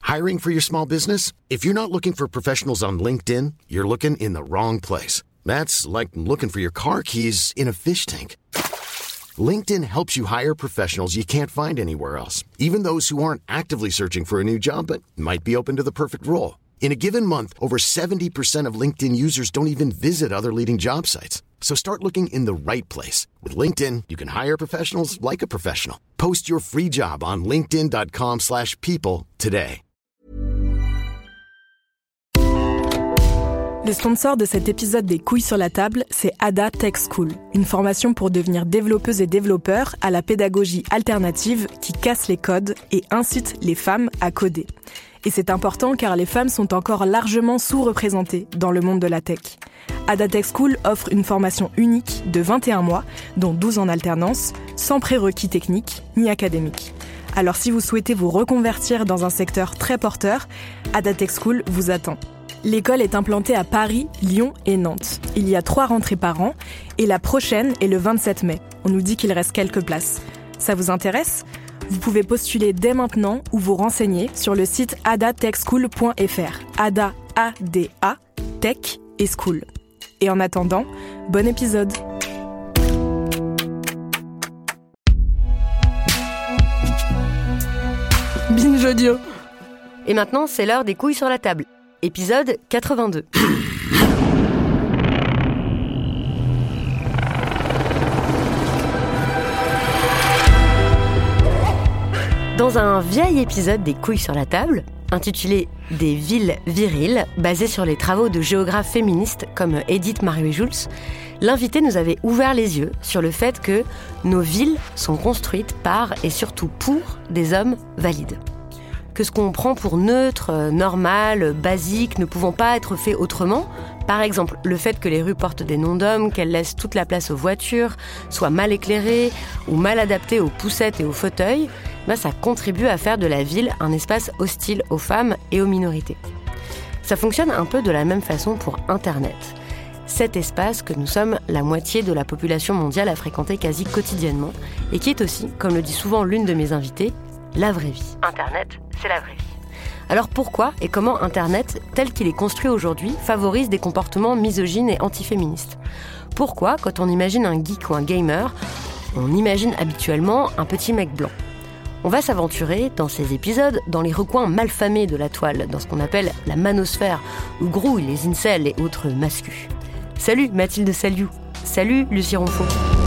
Hiring for your small business? If you're not looking for professionals on LinkedIn, you're looking in the wrong place. That's like looking for your car keys in a fish tank. LinkedIn helps you hire professionals you can't find anywhere else, even those who aren't actively searching for a new job but might be open to the perfect role. In a given month, over 70% of LinkedIn users don't even visit other leading job sites. So start looking in the right place. With LinkedIn, you can hire professionals like a professional. Post your free job on linkedin.com/people today. Le sponsor de cet épisode des Couilles sur la table, c'est Ada Tech School, une formation pour devenir développeuse et développeur à la pédagogie alternative qui casse les codes et incite les femmes à coder. Et c'est important car les femmes sont encore largement sous-représentées dans le monde de la tech. Ada Tech School offre une formation unique de 21 mois, dont 12 en alternance, sans prérequis techniques ni académiques. Alors si vous souhaitez vous reconvertir dans un secteur très porteur, Ada Tech School vous attend. L'école est implantée à Paris, Lyon et Nantes. Il y a 3 rentrées par an et la prochaine est le 27 mai. On nous dit qu'il reste quelques places. Ça vous intéresse ? Vous pouvez postuler dès maintenant ou vous renseigner sur le site adatechschool.fr. Ada, A-D-A, Tech et School. Et en attendant, bon épisode. Binge audio. Et maintenant, c'est l'heure des couilles sur la table. Épisode 82. Dans un vieil épisode des couilles sur la table, intitulé « Des villes viriles », basé sur les travaux de géographes féministes comme Edith Marieux-Jules, l'invité nous avait ouvert les yeux sur le fait que nos villes sont construites par et surtout pour des hommes valides. Que ce qu'on prend pour neutre, normal, basique, ne pouvant pas être fait autrement, par exemple le fait que les rues portent des noms d'hommes, qu'elles laissent toute la place aux voitures, soient mal éclairées ou mal adaptées aux poussettes et aux fauteuils, ça contribue à faire de la ville un espace hostile aux femmes et aux minorités. Ça fonctionne un peu de la même façon pour Internet. Cet espace que nous sommes la moitié de la population mondiale à fréquenter quasi quotidiennement et qui est aussi, comme le dit souvent l'une de mes invitées, la vraie vie. Internet, c'est la vraie vie. Alors pourquoi et comment Internet, tel qu'il est construit aujourd'hui, favorise des comportements misogynes et antiféministes ? Pourquoi, quand on imagine un geek ou un gamer, on imagine habituellement un petit mec blanc ? On va s'aventurer, dans ces épisodes, dans les recoins malfamés de la toile, dans ce qu'on appelle la manosphère, où grouillent les incels et autres mascus. Salut Mathilde Saliou. Salut Lucie Ronfaux.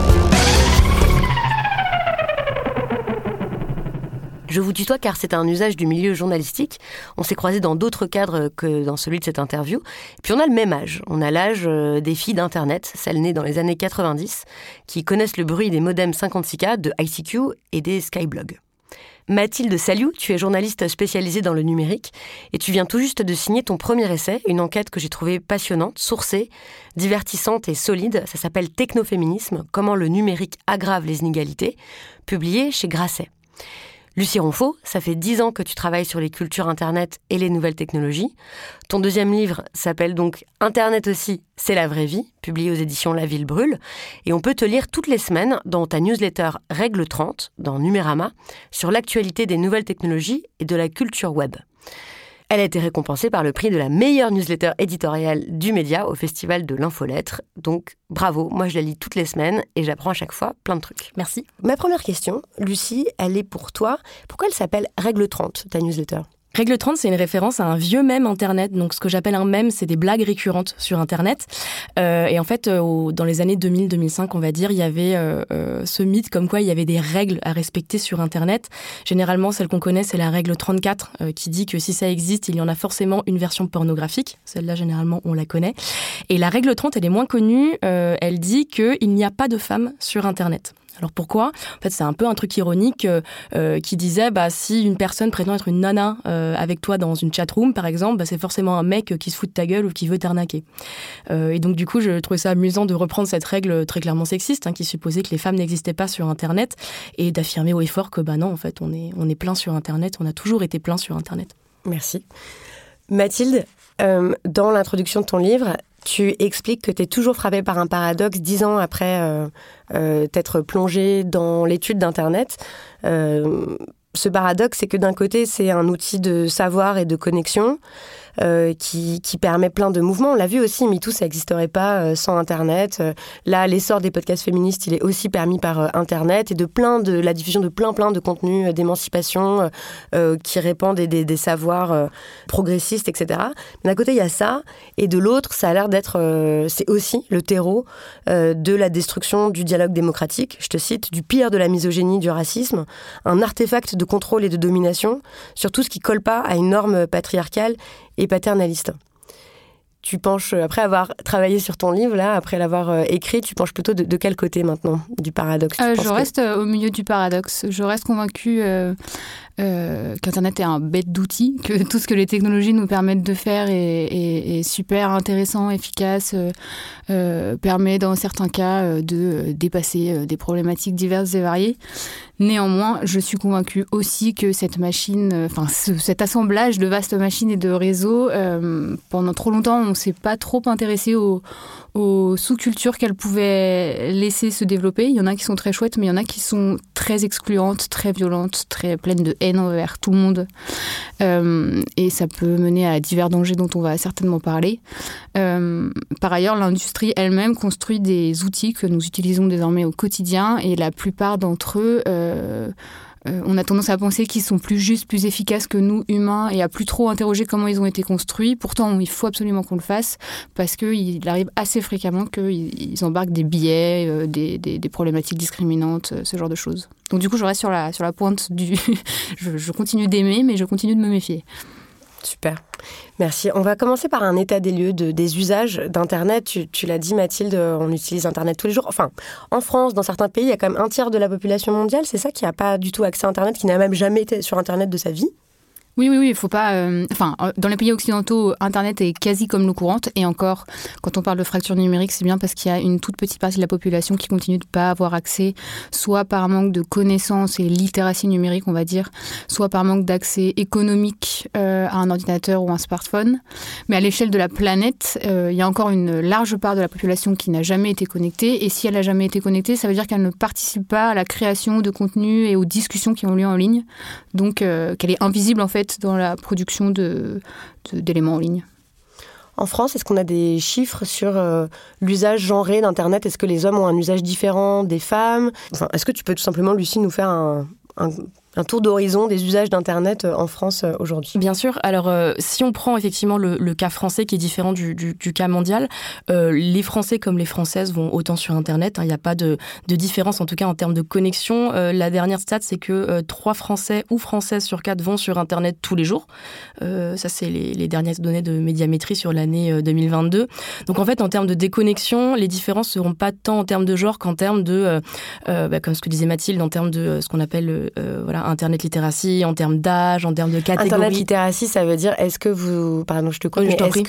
Je vous tutoie car c'est un usage du milieu journalistique. On s'est croisés dans d'autres cadres que dans celui de cette interview. Puis on a le même âge. On a l'âge des filles d'Internet, celles nées dans les années 90, qui connaissent le bruit des modems 56K, de ICQ et des Skyblog. Mathilde Saliou, tu es journaliste spécialisée dans le numérique et tu viens tout juste de signer ton premier essai, une enquête que j'ai trouvée passionnante, sourcée, divertissante et solide. Ça s'appelle Technoféminisme, comment le numérique aggrave les inégalités, publié chez Grasset. Lucie Ronfaux, ça fait 10 ans que tu travailles sur les cultures Internet et les nouvelles technologies. Ton deuxième livre s'appelle donc « Internet aussi, c'est la vraie vie », publié aux éditions La Ville Brûle. Et on peut te lire toutes les semaines dans ta newsletter Règle 30, dans Numérama, sur l'actualité des nouvelles technologies et de la culture web. Elle a été récompensée par le prix de la meilleure newsletter éditoriale du média au Festival de l'Infolettre. Donc, bravo, moi je la lis toutes les semaines et j'apprends à chaque fois plein de trucs. Merci. Ma première question, Lucie, elle est pour toi. Pourquoi elle s'appelle Règle 30, ta newsletter ? Règle 30, c'est une référence à un vieux mème Internet. Donc, ce que j'appelle un mème, c'est des blagues récurrentes sur Internet. Et en fait, dans les années 2000-2005, on va dire, il y avait ce mythe comme quoi il y avait des règles à respecter sur Internet. Généralement, celle qu'on connaît, c'est la règle 34, qui dit que si ça existe, il y en a forcément une version pornographique. Celle-là, généralement, on la connaît. Et la règle 30, elle est moins connue. Elle dit qu'il n'y a pas de femmes sur Internet. Alors pourquoi ? En fait, c'est un peu un truc ironique qui disait si une personne prétend être une nana avec toi dans une chatroom, par exemple, c'est forcément un mec qui se fout de ta gueule ou qui veut t'arnaquer. Et donc du coup, je trouvais ça amusant de reprendre cette règle très clairement sexiste qui supposait que les femmes n'existaient pas sur Internet et d'affirmer haut et fort que non, en fait, on est plein sur Internet, on a toujours été plein sur Internet. Merci. Mathilde, dans l'introduction de ton livre, tu expliques que tu es toujours frappée par un paradoxe 10 ans après t'être plongée dans l'étude d'Internet. Ce paradoxe, c'est que d'un côté, c'est un outil de savoir et de connexion qui permet plein de mouvements. On l'a vu aussi, MeToo, ça n'existerait pas sans Internet. Là, l'essor des podcasts féministes, il est aussi permis par Internet et de la diffusion de plein de contenus d'émancipation qui répandent des savoirs progressistes, etc. Mais d'un côté, il y a ça, et de l'autre, ça a l'air d'être... c'est aussi le terreau de la destruction du dialogue démocratique. Je te cite, du pire de la misogynie, du racisme, un artefact de contrôle et de domination sur tout ce qui colle pas à une norme patriarcale et paternaliste. Tu penches, après avoir travaillé sur ton livre, là, après l'avoir écrit, tu penches plutôt de quel côté maintenant, du paradoxe? Je reste au milieu du paradoxe. Je reste convaincue qu'Internet est un bête d'outil, que tout ce que les technologies nous permettent de faire est super intéressant, efficace, permet dans certains cas de dépasser des problématiques diverses et variées. Néanmoins, je suis convaincue aussi que cette machine, cet assemblage de vastes machines et de réseaux, pendant trop longtemps, on ne s'est pas trop intéressé aux sous-cultures qu'elle pouvait laisser se développer. Il y en a qui sont très chouettes, mais il y en a qui sont très excluantes, très violentes, très pleines de haine envers tout le monde. Et ça peut mener à divers dangers dont on va certainement parler. Par ailleurs, l'industrie elle-même construit des outils que nous utilisons désormais au quotidien, et la plupart d'entre eux... on a tendance à penser qu'ils sont plus justes, plus efficaces que nous, humains, et à plus trop interroger comment ils ont été construits. Pourtant, il faut absolument qu'on le fasse, parce qu'il arrive assez fréquemment qu'ils embarquent des biais, des problématiques discriminantes, ce genre de choses. Donc du coup, je reste sur la pointe du... je continue d'aimer, mais je continue de me méfier. Super. Merci. On va commencer par un état des lieux des usages d'Internet. Tu l'as dit, Mathilde, on utilise Internet tous les jours. Enfin, en France, dans certains pays, il y a quand même un tiers de la population mondiale, c'est ça, qui n'a pas du tout accès à Internet, qui n'a même jamais été sur Internet de sa vie. Oui, il faut pas... dans les pays occidentaux, Internet est quasi comme l'eau courante. Et encore, quand on parle de fracture numérique, c'est bien parce qu'il y a une toute petite partie de la population qui continue de ne pas avoir accès, soit par manque de connaissances et littératie numérique, on va dire, soit par manque d'accès économique à un ordinateur ou un smartphone. Mais à l'échelle de la planète, il y a encore une large part de la population qui n'a jamais été connectée. Et si elle n'a jamais été connectée, ça veut dire qu'elle ne participe pas à la création de contenu et aux discussions qui ont lieu en ligne. Donc, qu'elle est invisible, en fait, dans la production d'éléments en ligne. En France, est-ce qu'on a des chiffres sur l'usage genré d'Internet? Est-ce que les hommes ont un usage différent des femmes? Est-ce que tu peux tout simplement, Lucie, nous faire un tour d'horizon des usages d'Internet en France aujourd'hui? Bien sûr. Alors, si on prend effectivement le cas français qui est différent du cas mondial, les Français comme les Françaises vont autant sur Internet. Il n'y a pas de différence, en tout cas en termes de connexion. La dernière stat, c'est que 3 Français ou Françaises sur 4 vont sur Internet tous les jours. Ça, c'est les dernières données de Médiamétrie sur l'année 2022. Donc, en fait, en termes de déconnexion, les différences ne seront pas tant en termes de genre qu'en termes de, comme ce que disait Mathilde, en termes de ce qu'on appelle Internet littératie, en termes d'âge, en termes de catégorie. Internet littératie, ça veut dire, est-ce que vous... Pardon, je te coupe, mais est-ce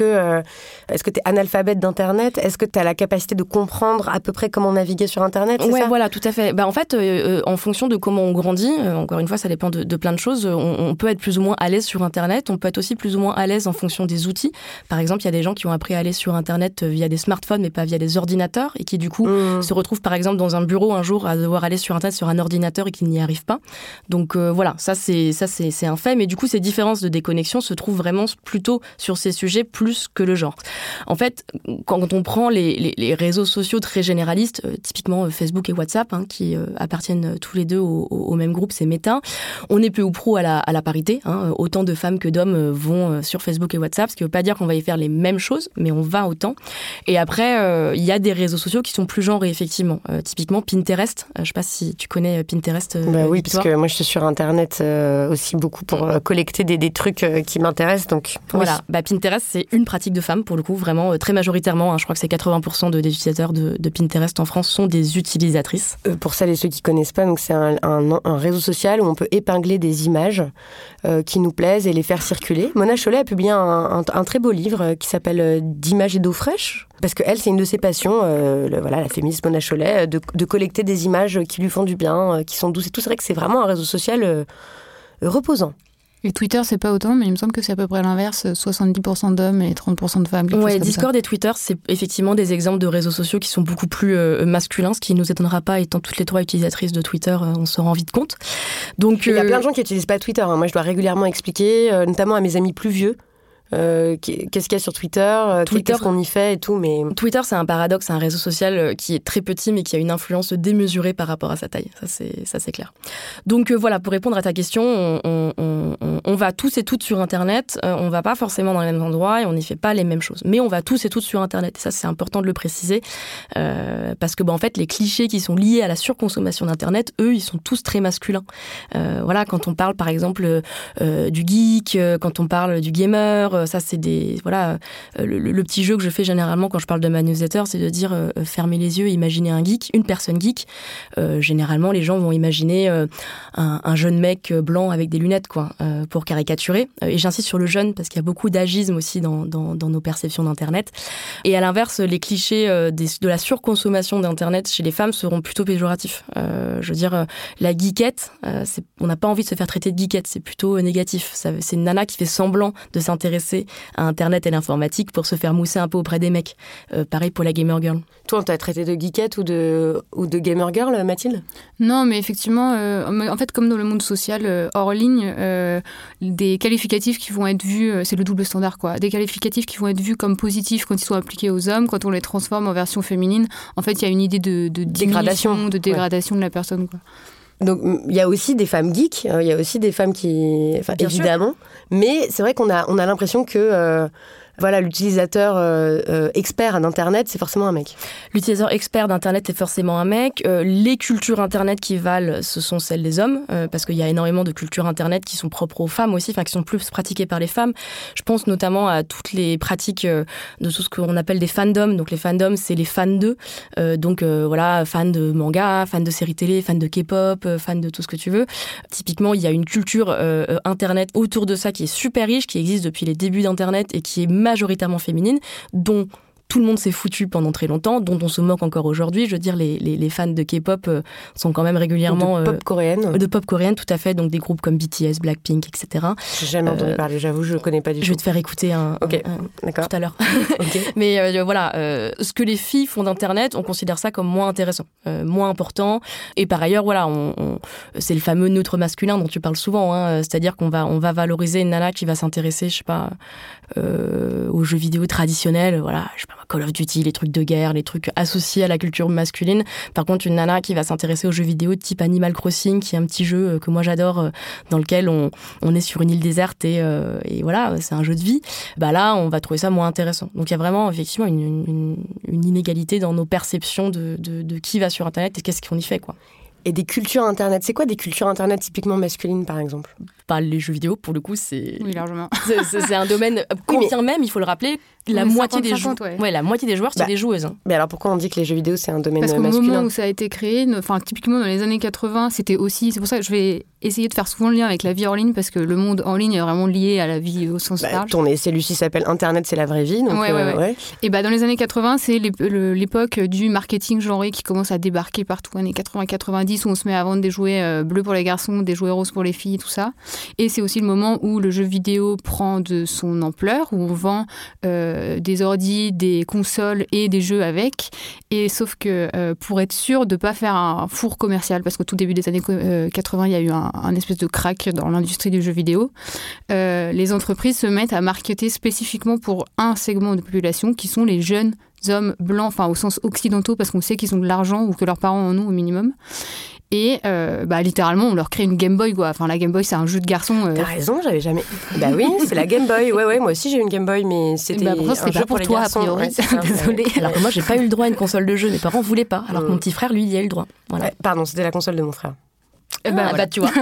que tu es analphabète d'Internet? Est-ce que tu as la capacité de comprendre à peu près comment naviguer sur Internet? Oui, voilà, tout à fait. En fait, en fonction de comment on grandit, encore une fois, ça dépend de plein de choses, on peut être plus ou moins à l'aise sur Internet, on peut être aussi plus ou moins à l'aise en fonction des outils. Par exemple, il y a des gens qui ont appris à aller sur Internet via des smartphones, mais pas via des ordinateurs, et qui du coup se retrouvent par exemple dans un bureau un jour à devoir aller sur Internet sur un ordinateur et qui n'y arrivent pas. Donc voilà, ça c'est un fait, mais du coup ces différences de déconnexion se trouvent vraiment plutôt sur ces sujets plus que le genre. En fait, quand on prend les réseaux sociaux très généralistes, typiquement Facebook et WhatsApp, qui appartiennent tous les deux au même groupe, c'est Meta, on est peu ou prou à la parité, autant de femmes que d'hommes vont sur Facebook et WhatsApp, ce qui ne veut pas dire qu'on va y faire les mêmes choses, mais on va autant. Et après, il y a des réseaux sociaux qui sont plus genrés, effectivement. Typiquement Pinterest, je ne sais pas si tu connais Pinterest. Oui, parce que moi je suis sur Internet aussi beaucoup pour collecter des trucs qui m'intéressent. Donc, voilà, Pinterest, c'est une pratique de femmes, pour le coup, vraiment très majoritairement. Je crois que c'est 80% des utilisateurs de Pinterest en France sont des utilisatrices. Pour celles et ceux qui ne connaissent pas, donc c'est un réseau social où on peut épingler des images qui nous plaisent et les faire circuler. Mona Chollet a publié un très beau livre qui s'appelle D'images et d'eau fraîche. Parce qu'elle, c'est une de ses passions, la féministe Mona Chollet, de collecter des images qui lui font du bien, qui sont douces et tout. C'est vrai que c'est vraiment un réseau social reposant. Et Twitter, c'est pas autant, mais il me semble que c'est à peu près l'inverse, 70% d'hommes et 30% de femmes. Ouais, Discord et Twitter, c'est effectivement des exemples de réseaux sociaux qui sont beaucoup plus masculins, ce qui ne nous étonnera pas, étant toutes les 3 utilisatrices de Twitter, on se rend vite compte. Donc, il y a plein de gens qui n'utilisent pas Twitter. Moi, je dois régulièrement expliquer, notamment à mes amis plus vieux, qu'est-ce qu'il y a sur Twitter, qu'est-ce qu'on y fait et tout. Mais Twitter, c'est un paradoxe, c'est un réseau social qui est très petit mais qui a une influence démesurée par rapport à sa taille. Ça c'est clair. Donc voilà, pour répondre à ta question, on va tous et toutes sur Internet, on va pas forcément dans les mêmes endroits et on n'y fait pas les mêmes choses. Mais on va tous et toutes sur Internet. Et ça, c'est important de le préciser parce que en fait, les clichés qui sont liés à la surconsommation d'Internet, eux, ils sont tous très masculins. Voilà, quand on parle par exemple du geek, quand on parle du gamer, ça c'est des le petit jeu que je fais généralement quand je parle de ma newsletter, c'est de dire fermez les yeux, imaginez un geek, une personne geek. Généralement les gens vont imaginer un jeune mec blanc avec des lunettes pour caricaturer. Et j'insiste sur le jeune parce qu'il y a beaucoup d'agisme aussi dans nos perceptions d'Internet. Et à l'inverse, les clichés de la surconsommation d'Internet chez les femmes seront plutôt péjoratifs. Je veux dire, la geekette, on n'a pas envie de se faire traiter de geekette, c'est plutôt négatif. C'est une nana qui fait semblant de s'intéresser à Internet et l'informatique pour se faire mousser un peu auprès des mecs. Pareil pour la gamer girl. Toi, on t'a traité de geekette ou de gamer girl, Mathilde ? Non, mais effectivement, en fait, comme dans le monde social hors ligne, des qualificatifs qui vont être vus, c'est le double standard, quoi. Des qualificatifs qui vont être vus comme positifs quand ils sont appliqués aux hommes, quand on les transforme en version féminine, en fait, il y a une idée de dégradation de la personne, quoi. Donc, il y a aussi des femmes geeks, il y a aussi des femmes qui... Enfin, évidemment. Sûr. Mais c'est vrai qu'on a l'impression que... l'utilisateur expert d'Internet, c'est forcément un mec. L'utilisateur expert d'Internet est forcément un mec. Les cultures Internet qui valent, ce sont celles des hommes, parce qu'il y a énormément de cultures Internet qui sont propres aux femmes aussi, qui sont plus pratiquées par les femmes. Je pense notamment à toutes les pratiques de tout ce qu'on appelle des fandoms. Donc les fandoms, c'est les fans d'eux. Fans de manga, fans de séries télé, fans de K-pop, fans de tout ce que tu veux. Typiquement, il y a une culture Internet autour de ça qui est super riche, qui existe depuis les débuts d'Internet et qui est majoritairement féminine, dont tout le monde s'est foutu pendant très longtemps, dont on se moque encore aujourd'hui. Je veux dire, les fans de K-pop sont quand même régulièrement... De pop coréenne. De pop coréenne, tout à fait. Donc des groupes comme BTS, Blackpink, etc. J'ai jamais entendu parler, j'avoue, je ne connais pas du tout. Je vais te faire écouter d'accord. Tout à l'heure. Okay. Mais ce que les filles font d'Internet, on considère ça comme moins intéressant, moins important. Et par ailleurs, c'est le fameux neutre masculin dont tu parles souvent. C'est-à-dire qu'on va valoriser une nana qui va s'intéresser, je sais pas, aux jeux vidéo traditionnels, je sais pas, Call of Duty, les trucs de guerre, les trucs associés à la culture masculine. Par contre, une nana qui va s'intéresser aux jeux vidéo de type Animal Crossing, qui est un petit jeu que moi j'adore, dans lequel on est sur une île déserte et c'est un jeu de vie. Là, on va trouver ça moins intéressant. Donc il y a vraiment effectivement une inégalité dans nos perceptions de qui va sur Internet et qu'est-ce qu'on y fait, quoi. Et des cultures Internet, c'est quoi des cultures Internet typiquement masculines, par exemple ? Les jeux vidéo, pour le coup, c'est... Oui, largement. C'est un domaine... Combien même, il faut le rappeler, la moitié des joueurs, c'est des joueuses. Mais alors pourquoi on dit que les jeux vidéo, c'est un domaine masculin ? Parce qu'au moment où ça a été créé, typiquement dans les années 80, c'était aussi... C'est pour ça que je vais essayer de faire souvent le lien avec la vie hors ligne, parce que le monde en ligne est vraiment lié à la vie au sens large. Celui-ci s'appelle Internet, c'est la vraie vie. Donc ouais. Et dans les années 80, c'est l'époque du marketing genré qui commence à débarquer partout, années 80-90, où on se met à vendre des jouets bleus pour les garçons, des jouets roses pour les filles, tout ça. Et c'est aussi le moment où le jeu vidéo prend de son ampleur, où on vend des ordis, des consoles et des jeux avec. Et sauf que pour être sûr de ne pas faire un four commercial, parce qu'au tout début des années 80, il y a eu un espèce de crack dans l'industrie du jeu vidéo, les entreprises se mettent à marketer spécifiquement pour un segment de population qui sont les jeunes hommes blancs, au sens occidentaux, parce qu'on sait qu'ils ont de l'argent ou que leurs parents en ont au minimum. Et littéralement, on leur crée une Game Boy, quoi. La Game Boy, c'est un jeu de garçon. T'as raison, j'avais jamais... oui, c'est la Game Boy. Ouais, moi aussi j'ai eu une Game Boy, mais c'était un jeu pour les garçons. A priori. Désolée. Alors que moi, j'ai pas eu le droit à une console de jeu. Mes parents voulaient pas. Alors que mon petit frère, lui, il y a eu le droit. Voilà. Pardon, c'était la console de mon frère. Tu vois.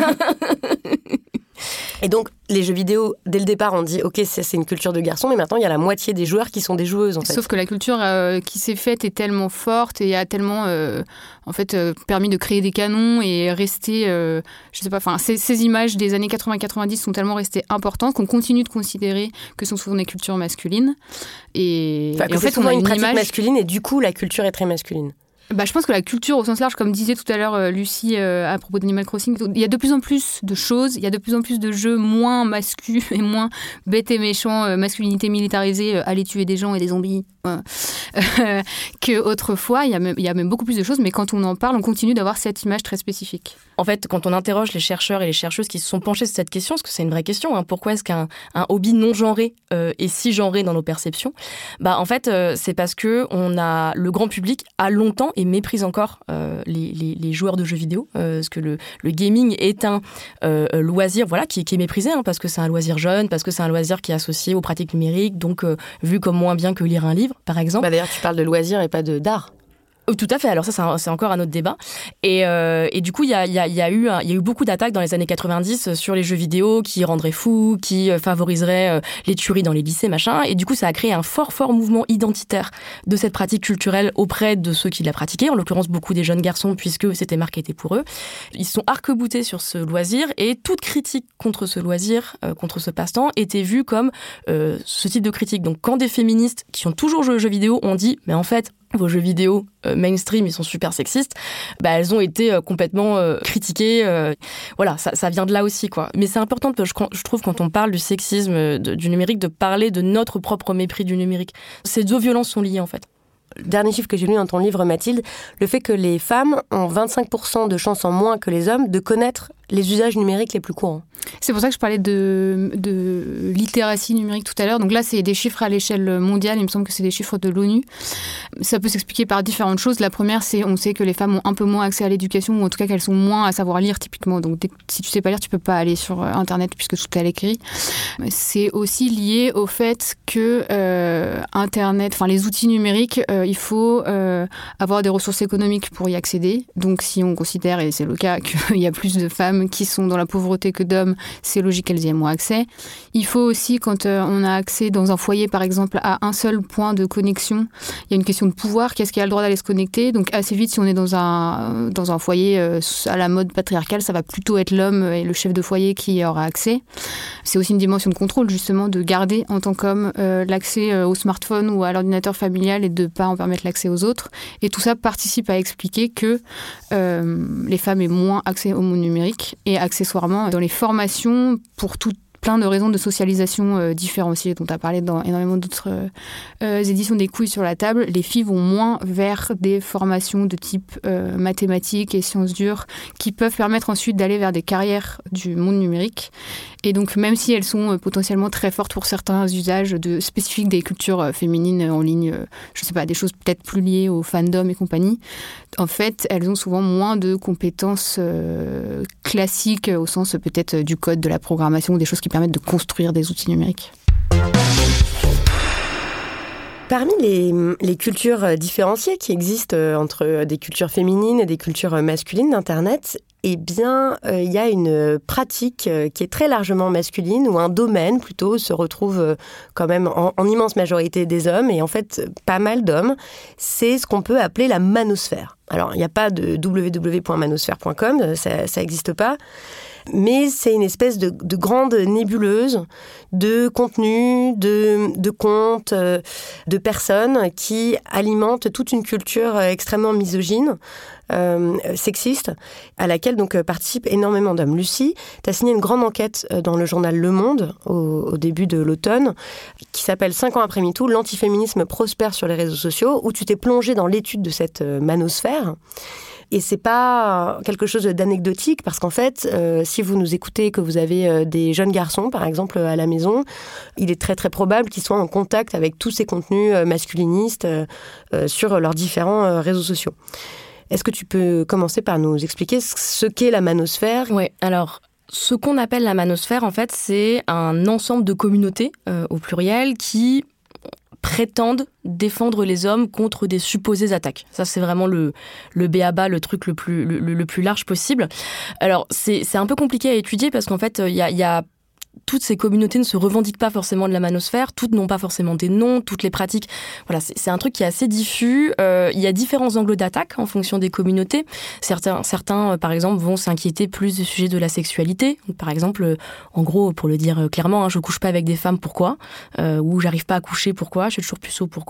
Et donc, les jeux vidéo, dès le départ, on dit, ok, c'est une culture de garçons, mais maintenant, il y a la moitié des joueurs qui sont des joueuses, en fait. Sauf que la culture qui s'est faite est tellement forte et a tellement, permis de créer des canons et rester, ces images des années 80-90 sont tellement restées importantes qu'on continue de considérer que ce sont souvent des cultures masculines. Et en fait, on a une pratique masculine et du coup, la culture est très masculine. Je pense que la culture au sens large, comme disait tout à l'heure Lucie à propos d'Animal Crossing, il y a de plus en plus de choses, il y a de plus en plus de jeux moins masculins et moins bêtes et méchants, masculinité militarisée, aller tuer des gens et des zombies, qu'autrefois. Il y a même beaucoup plus de choses, mais quand on en parle, on continue d'avoir cette image très spécifique. En fait, quand on interroge les chercheurs et les chercheuses qui se sont penchés sur cette question, parce que c'est une vraie question, pourquoi est-ce qu'un hobby non genré est si genré dans nos perceptions ? En fait, c'est parce que le grand public a longtemps et méprise encore les joueurs de jeux vidéo, parce que le gaming est un loisir, qui est méprisé, parce que c'est un loisir jeune, parce que c'est un loisir qui est associé aux pratiques numériques, donc vu comme moins bien que lire un livre, par exemple. D'ailleurs, tu parles de loisir et pas d'art. Tout à fait. Alors ça, c'est encore un autre débat. Et du coup, il y a eu beaucoup d'attaques dans les années 90 sur les jeux vidéo qui rendraient fous, qui favoriseraient les tueries dans les lycées, machin. Et du coup, ça a créé un fort mouvement identitaire de cette pratique culturelle auprès de ceux qui la pratiquaient. En l'occurrence, beaucoup des jeunes garçons, puisque c'était marketé pour eux. Ils se sont arc-boutés sur ce loisir et toute critique contre ce loisir, contre ce passe-temps, était vue comme ce type de critique. Donc, quand des féministes qui ont toujours joué aux jeux vidéo ont dit, mais en fait, vos jeux vidéo mainstream, ils sont super sexistes, elles ont été complètement critiquées. Ça vient de là aussi, quoi. Mais c'est important, je trouve, quand on parle du sexisme du numérique, de parler de notre propre mépris du numérique. Ces deux violences sont liées, en fait. Dernier chiffre que j'ai lu dans ton livre, Mathilde, le fait que les femmes ont 25% de chances en moins que les hommes de connaître les usages numériques les plus courants. C'est pour ça que je parlais de littératie numérique tout à l'heure. Donc là, c'est des chiffres à l'échelle mondiale. Il me semble que c'est des chiffres de l'ONU. Ça peut s'expliquer par différentes choses. La première, c'est on sait que les femmes ont un peu moins accès à l'éducation, ou en tout cas qu'elles sont moins à savoir lire, typiquement. Donc si tu sais pas lire, tu peux pas aller sur Internet puisque tout est à l'écrit. C'est aussi lié au fait que Internet, les outils numériques, il faut avoir des ressources économiques pour y accéder. Donc si on considère, et c'est le cas, qu'il y a plus de femmes qui sont dans la pauvreté que d'hommes, c'est logique qu'elles y aient moins accès. Il faut aussi, quand on a accès dans un foyer, par exemple, à un seul point de connexion, il y a une question de pouvoir. Qu'est-ce qui a le droit d'aller se connecter ? Donc assez vite, si on est dans un foyer à la mode patriarcale, ça va plutôt être l'homme et le chef de foyer qui aura accès. C'est aussi une dimension de contrôle, justement, de garder en tant qu'homme l'accès au smartphone ou à l'ordinateur familial et de ne pas en permettre l'accès aux autres. Et tout ça participe à expliquer que les femmes aient moins accès au monde numérique. Et accessoirement, dans les formations, pour plein de raisons de socialisation différenciées dont tu as parlé dans énormément d'autres éditions des couilles sur la table, les filles vont moins vers des formations de type mathématiques et sciences dures qui peuvent permettre ensuite d'aller vers des carrières du monde numérique. Et donc, même si elles sont potentiellement très fortes pour certains usages spécifiques des cultures féminines en ligne, je sais pas, des choses peut-être plus liées au fandom et compagnie, en fait, elles ont souvent moins de compétences classiques au sens peut-être du code, de la programmation ou des choses qui permettent de construire des outils numériques. Parmi les cultures différenciées qui existent entre des cultures féminines et des cultures masculines d'Internet, il y a une pratique qui est très largement masculine, ou un domaine plutôt se retrouve quand même en immense majorité des hommes, et en fait pas mal d'hommes. C'est ce qu'on peut appeler la manosphère. Alors il n'y a pas de www.manosphère.com, ça n'existe pas. Mais c'est une espèce de grande nébuleuse de contenus, de contes, de personnes qui alimentent toute une culture extrêmement misogyne, sexiste, à laquelle donc participent énormément d'hommes. Lucie, tu as signé une grande enquête dans le journal Le Monde au début de l'automne qui s'appelle 5 ans après MeToo, l'antiféminisme prospère sur les réseaux sociaux, où tu t'es plongé dans l'étude de cette manosphère. Et c'est pas quelque chose d'anecdotique parce qu'en fait, si vous nous écoutez, que vous avez des jeunes garçons, par exemple, à la maison, il est très très probable qu'ils soient en contact avec tous ces contenus masculinistes sur leurs différents réseaux sociaux. Est-ce que tu peux commencer par nous expliquer ce qu'est la manosphère ? Oui, alors ce qu'on appelle la manosphère, en fait, c'est un ensemble de communautés, au pluriel, qui prétendent défendre les hommes contre des supposées attaques. Ça, c'est vraiment le b.a.-ba, le truc le plus large possible. Alors, c'est un peu compliqué à étudier parce qu'en fait, il y a toutes ces communautés ne se revendiquent pas forcément de la manosphère, toutes n'ont pas forcément des noms, toutes les pratiques. Voilà, c'est un truc qui est assez diffus. Il y a différents angles d'attaque en fonction des communautés. Certains, par exemple, vont s'inquiéter plus du sujet de la sexualité. Par exemple, en gros, pour le dire clairement, je couche pas avec des femmes, pourquoi ? Ou j'arrive pas à coucher, pourquoi ? Je suis toujours puceau, pourquoi ?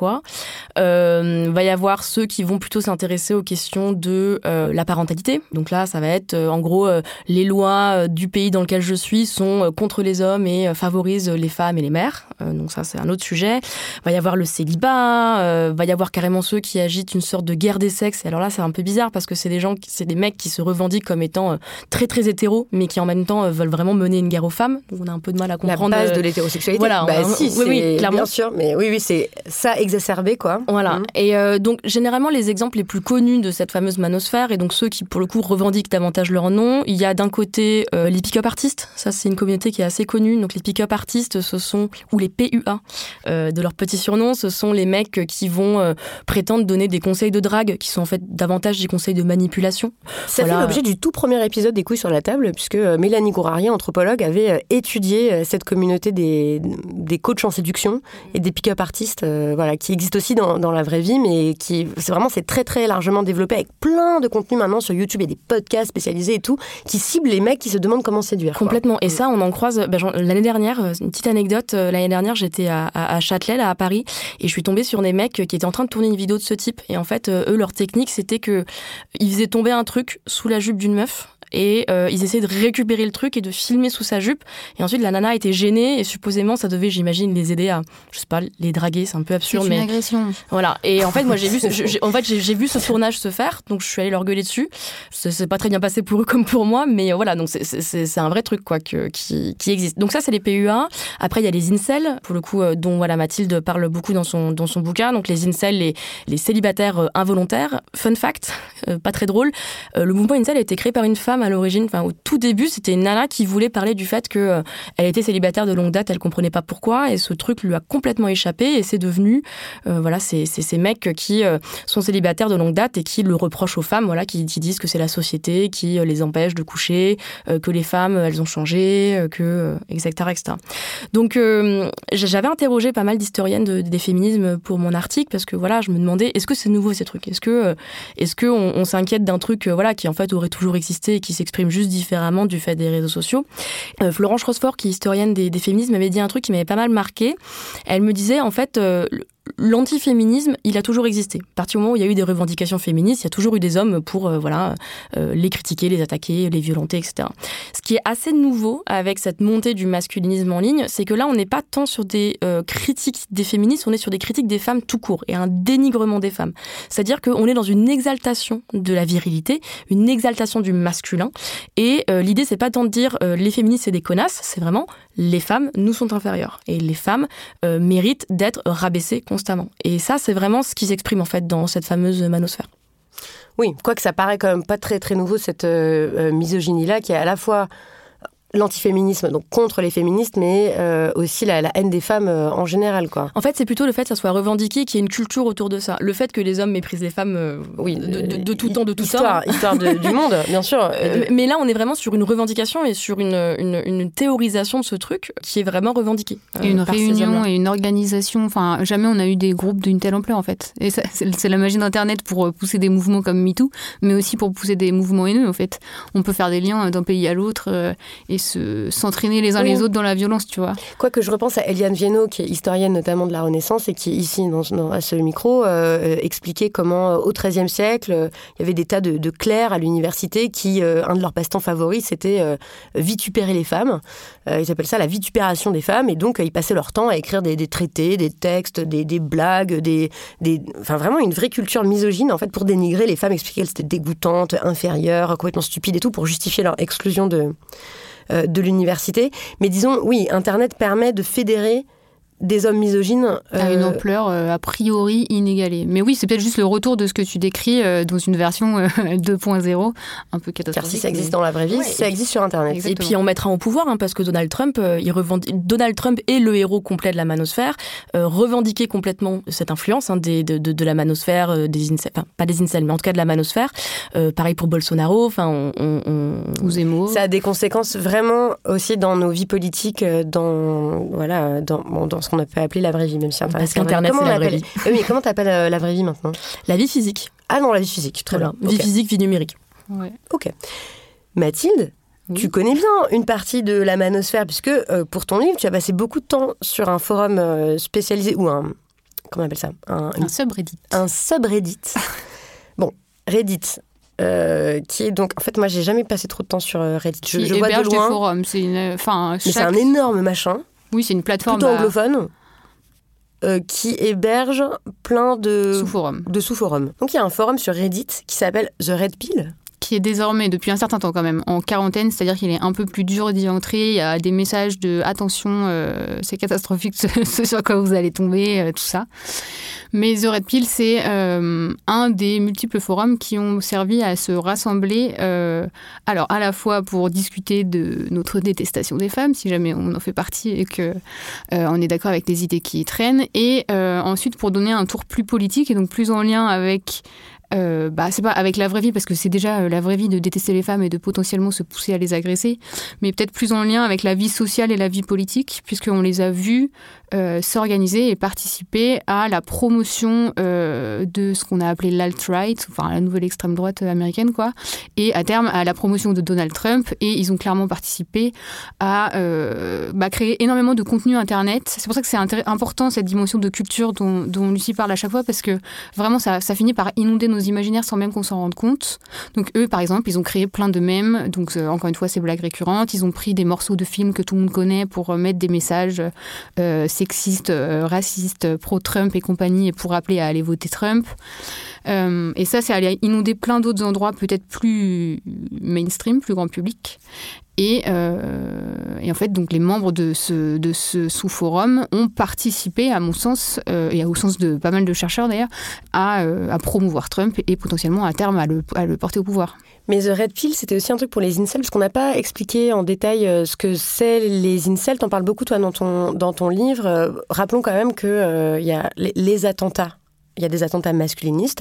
Va y avoir ceux qui vont plutôt s'intéresser aux questions de la parentalité. Donc là, ça va être, en gros, les lois du pays dans lequel je suis sont contre les hommes et favorisent les femmes et les mères. Donc ça, c'est un autre sujet. Va y avoir le célibat, va y avoir carrément ceux qui agitent une sorte de guerre des sexes. Et alors là, c'est un peu bizarre parce que c'est des mecs qui se revendiquent comme étant très très hétéros, mais qui en même temps veulent vraiment mener une guerre aux femmes. Donc on a un peu de mal à comprendre. La base de l'hétérosexualité. Voilà. Oui, clairement. Bien sûr, mais oui, c'est ça exacerbé, quoi. Voilà. Et donc généralement, les exemples les plus connus de cette fameuse manosphère, et donc ceux qui pour le coup revendiquent davantage leur nom, il y a d'un côté les pick-up artistes. Ça, c'est une communauté qui est assez connue. Donc les pick-up artistes, ce sont, ou les PUA, de leur petit surnom, ce sont les mecs qui vont prétendre donner des conseils de drague, qui sont en fait davantage des conseils de manipulation. Ça fait l'objet du tout premier épisode des Couilles sur la table, puisque Mélanie Gourarian, anthropologue, avait étudié cette communauté des coachs en séduction et des pick-up artistes, voilà, qui existent aussi dans la vraie vie, mais qui c'est très très largement développé avec plein de contenus maintenant sur YouTube et des podcasts spécialisés et tout, qui ciblent les mecs qui se demandent comment séduire. Complètement. Quoi. Et ça, on en croise. L'année dernière, une petite anecdote. L'année dernière, j'étais à Châtelet, là, à Paris, et je suis tombée sur des mecs qui étaient en train de tourner une vidéo de ce type. Et en fait, eux, leur technique, c'était que ils faisaient tomber un truc sous la jupe d'une meuf. Et ils essayaient de récupérer le truc et de filmer sous sa jupe. Et ensuite, la nana était gênée et supposément, ça devait, j'imagine, les aider à, je sais pas, les draguer. C'est un peu absurde, c'est une agression. Voilà. Et en fait, moi, j'ai vu ce tournage se faire, donc je suis allée leur gueuler dessus. C'est pas très bien passé pour eux comme pour moi, mais voilà. Donc c'est un vrai truc quoi qui existe. Donc ça, c'est les PUA. Après, il y a les incels, pour le coup, dont voilà Mathilde parle beaucoup dans son bouquin. Donc les incels, les célibataires involontaires. Fun fact, pas très drôle. Le mouvement incel a été créé par une femme à l'origine, enfin au tout début, c'était une nana qui voulait parler du fait que elle était célibataire de longue date, elle comprenait pas pourquoi, et ce truc lui a complètement échappé, et c'est devenu voilà, c'est ces mecs qui sont célibataires de longue date et qui le reprochent aux femmes, voilà, qui disent que c'est la société qui les empêche de coucher, que les femmes elles ont changé, que etc. Donc j'avais interrogé pas mal d'historiennes des féminismes pour mon article parce que voilà, je me demandais est-ce que c'est nouveau ces trucs, est-ce que on s'inquiète d'un truc voilà qui en fait aurait toujours existé et qui s'exprime juste différemment du fait des réseaux sociaux. Florence Rochefort, qui est historienne des féminismes, m'avait dit un truc qui m'avait pas mal marqué. Elle me disait, en fait, l'antiféminisme, il a toujours existé. À partir du moment où il y a eu des revendications féministes, il y a toujours eu des hommes pour les critiquer, les attaquer, les violenter, etc. Ce qui est assez nouveau avec cette montée du masculinisme en ligne, c'est que là, on n'est pas tant sur des critiques des féministes, on est sur des critiques des femmes tout court et un dénigrement des femmes. C'est-à-dire qu'on est dans une exaltation de la virilité, une exaltation du masculin. Et l'idée, c'est pas tant de dire les féministes, c'est des connasses, c'est vraiment les femmes nous sont inférieures. Et les femmes méritent d'être rabaissées constamment. Et ça, c'est vraiment ce qui s'exprime en fait dans cette fameuse manosphère. Oui, quoique ça paraît quand même pas très très nouveau cette misogynie-là qui est à la fois l'antiféminisme, donc contre les féministes, mais aussi la haine des femmes en général, quoi. En fait, c'est plutôt le fait que ça soit revendiqué, qu'il y ait une culture autour de ça. Le fait que les hommes méprisent les femmes oui, de tout temps, de tout temps. Histoire du monde, bien sûr. Mais là, on est vraiment sur une revendication et sur une théorisation de ce truc qui est vraiment revendiqué. Et une réunion et une organisation. Enfin, jamais on a eu des groupes d'une telle ampleur, en fait. Et ça, c'est la magie d'Internet pour pousser des mouvements comme MeToo, mais aussi pour pousser des mouvements haineux, en fait. On peut faire des liens d'un pays à l'autre et s'entraîner les uns les autres dans la violence, tu vois. Quoique je repense à Eliane Viennot, qui est historienne notamment de la Renaissance et qui, ici, à ce micro, expliquait comment, au XIIIe siècle, il y avait des tas de clercs à l'université qui, un de leurs passe-temps favoris, c'était vitupérer les femmes. Ils appellent ça la vitupération des femmes, et donc ils passaient leur temps à écrire des traités, des textes, des blagues, enfin vraiment une vraie culture misogyne, en fait, pour dénigrer les femmes, expliquer qu'elles étaient dégoûtantes, inférieures, complètement stupides et tout, pour justifier leur exclusion de l'université. Mais disons, oui, Internet permet de fédérer des hommes misogynes à une ampleur a priori inégalée. Mais oui, c'est peut-être juste le retour de ce que tu décris dans une version 2.0, un peu catastrophique. Car si ça existe dans la vraie vie, ça existe sur Internet. Exactement. Et puis on mettra en pouvoir, parce que Donald Trump est le héros complet de la manosphère, revendiquait complètement cette influence de la manosphère, des incels, enfin pas des incels, mais en tout cas de la manosphère. Pareil pour Bolsonaro, ou Zemmour. Ça a des conséquences vraiment aussi dans nos vies politiques, dans ce qu'on peut appeler la vraie vie, même si Internet. Parce qu'Internet, c'est la vraie vie. Oui, comment t'appelles la vraie vie maintenant ? La vie physique. Ah non, la vie physique, très bien. Vie physique, vie numérique. Ouais. Ok. Mathilde, tu connais bien une partie de la manosphère, puisque pour ton livre, tu as passé beaucoup de temps sur un forum spécialisé, ou un... Comment on appelle ça ? Un subreddit. Un subreddit. Bon, Reddit... qui est donc... En fait, moi, j'ai jamais passé trop de temps sur Reddit. Je vois de loin. Des forums. Mais c'est un énorme machin. Oui, c'est une plateforme plutôt anglophone qui héberge plein de sous-forums. Donc, il y a un forum sur Reddit qui s'appelle The Red Pill. Qui est désormais, depuis un certain temps quand même, en quarantaine, c'est-à-dire qu'il est un peu plus dur d'y entrer. Il y a des messages de « attention, c'est catastrophique ce sur quoi vous allez tomber », tout ça. Mais The Red Pill, c'est un des multiples forums qui ont servi à se rassembler, alors à la fois pour discuter de notre détestation des femmes, si jamais on en fait partie et qu'on est d'accord avec les idées qui y traînent, et ensuite pour donner un tour plus politique et donc plus en lien avec... c'est pas avec la vraie vie, parce que c'est déjà la vraie vie de détester les femmes et de potentiellement se pousser à les agresser, mais peut-être plus en lien avec la vie sociale et la vie politique, puisqu'on les a vus s'organiser et participer à la promotion de ce qu'on a appelé l'alt-right, enfin la nouvelle extrême droite américaine, quoi, et à terme à la promotion de Donald Trump, et ils ont clairement participé à créer énormément de contenu Internet. C'est pour ça que c'est important cette dimension de culture dont Lucie parle à chaque fois, parce que vraiment ça finit par inonder nos imaginaires sans même qu'on s'en rende compte. Donc eux, par exemple, ils ont créé plein de mèmes, donc encore une fois, c'est blagues récurrentes. Ils ont pris des morceaux de films que tout le monde connaît pour mettre des messages sexistes, racistes, pro-Trump et compagnie, et pour appeler à aller voter Trump. Et ça, c'est aller inonder plein d'autres endroits peut-être plus mainstream, plus grand public. Et en fait, donc, les membres de ce sous-forum ont participé, à mon sens, et au sens de pas mal de chercheurs d'ailleurs, à promouvoir Trump et potentiellement à terme à le porter au pouvoir. Mais The Red Pill, c'était aussi un truc pour les incels, parce qu'on n'a pas expliqué en détail ce que c'est les incels. T'en parles beaucoup, toi, dans ton livre. Rappelons quand même qu'il y a les attentats. Il y a des attentats masculinistes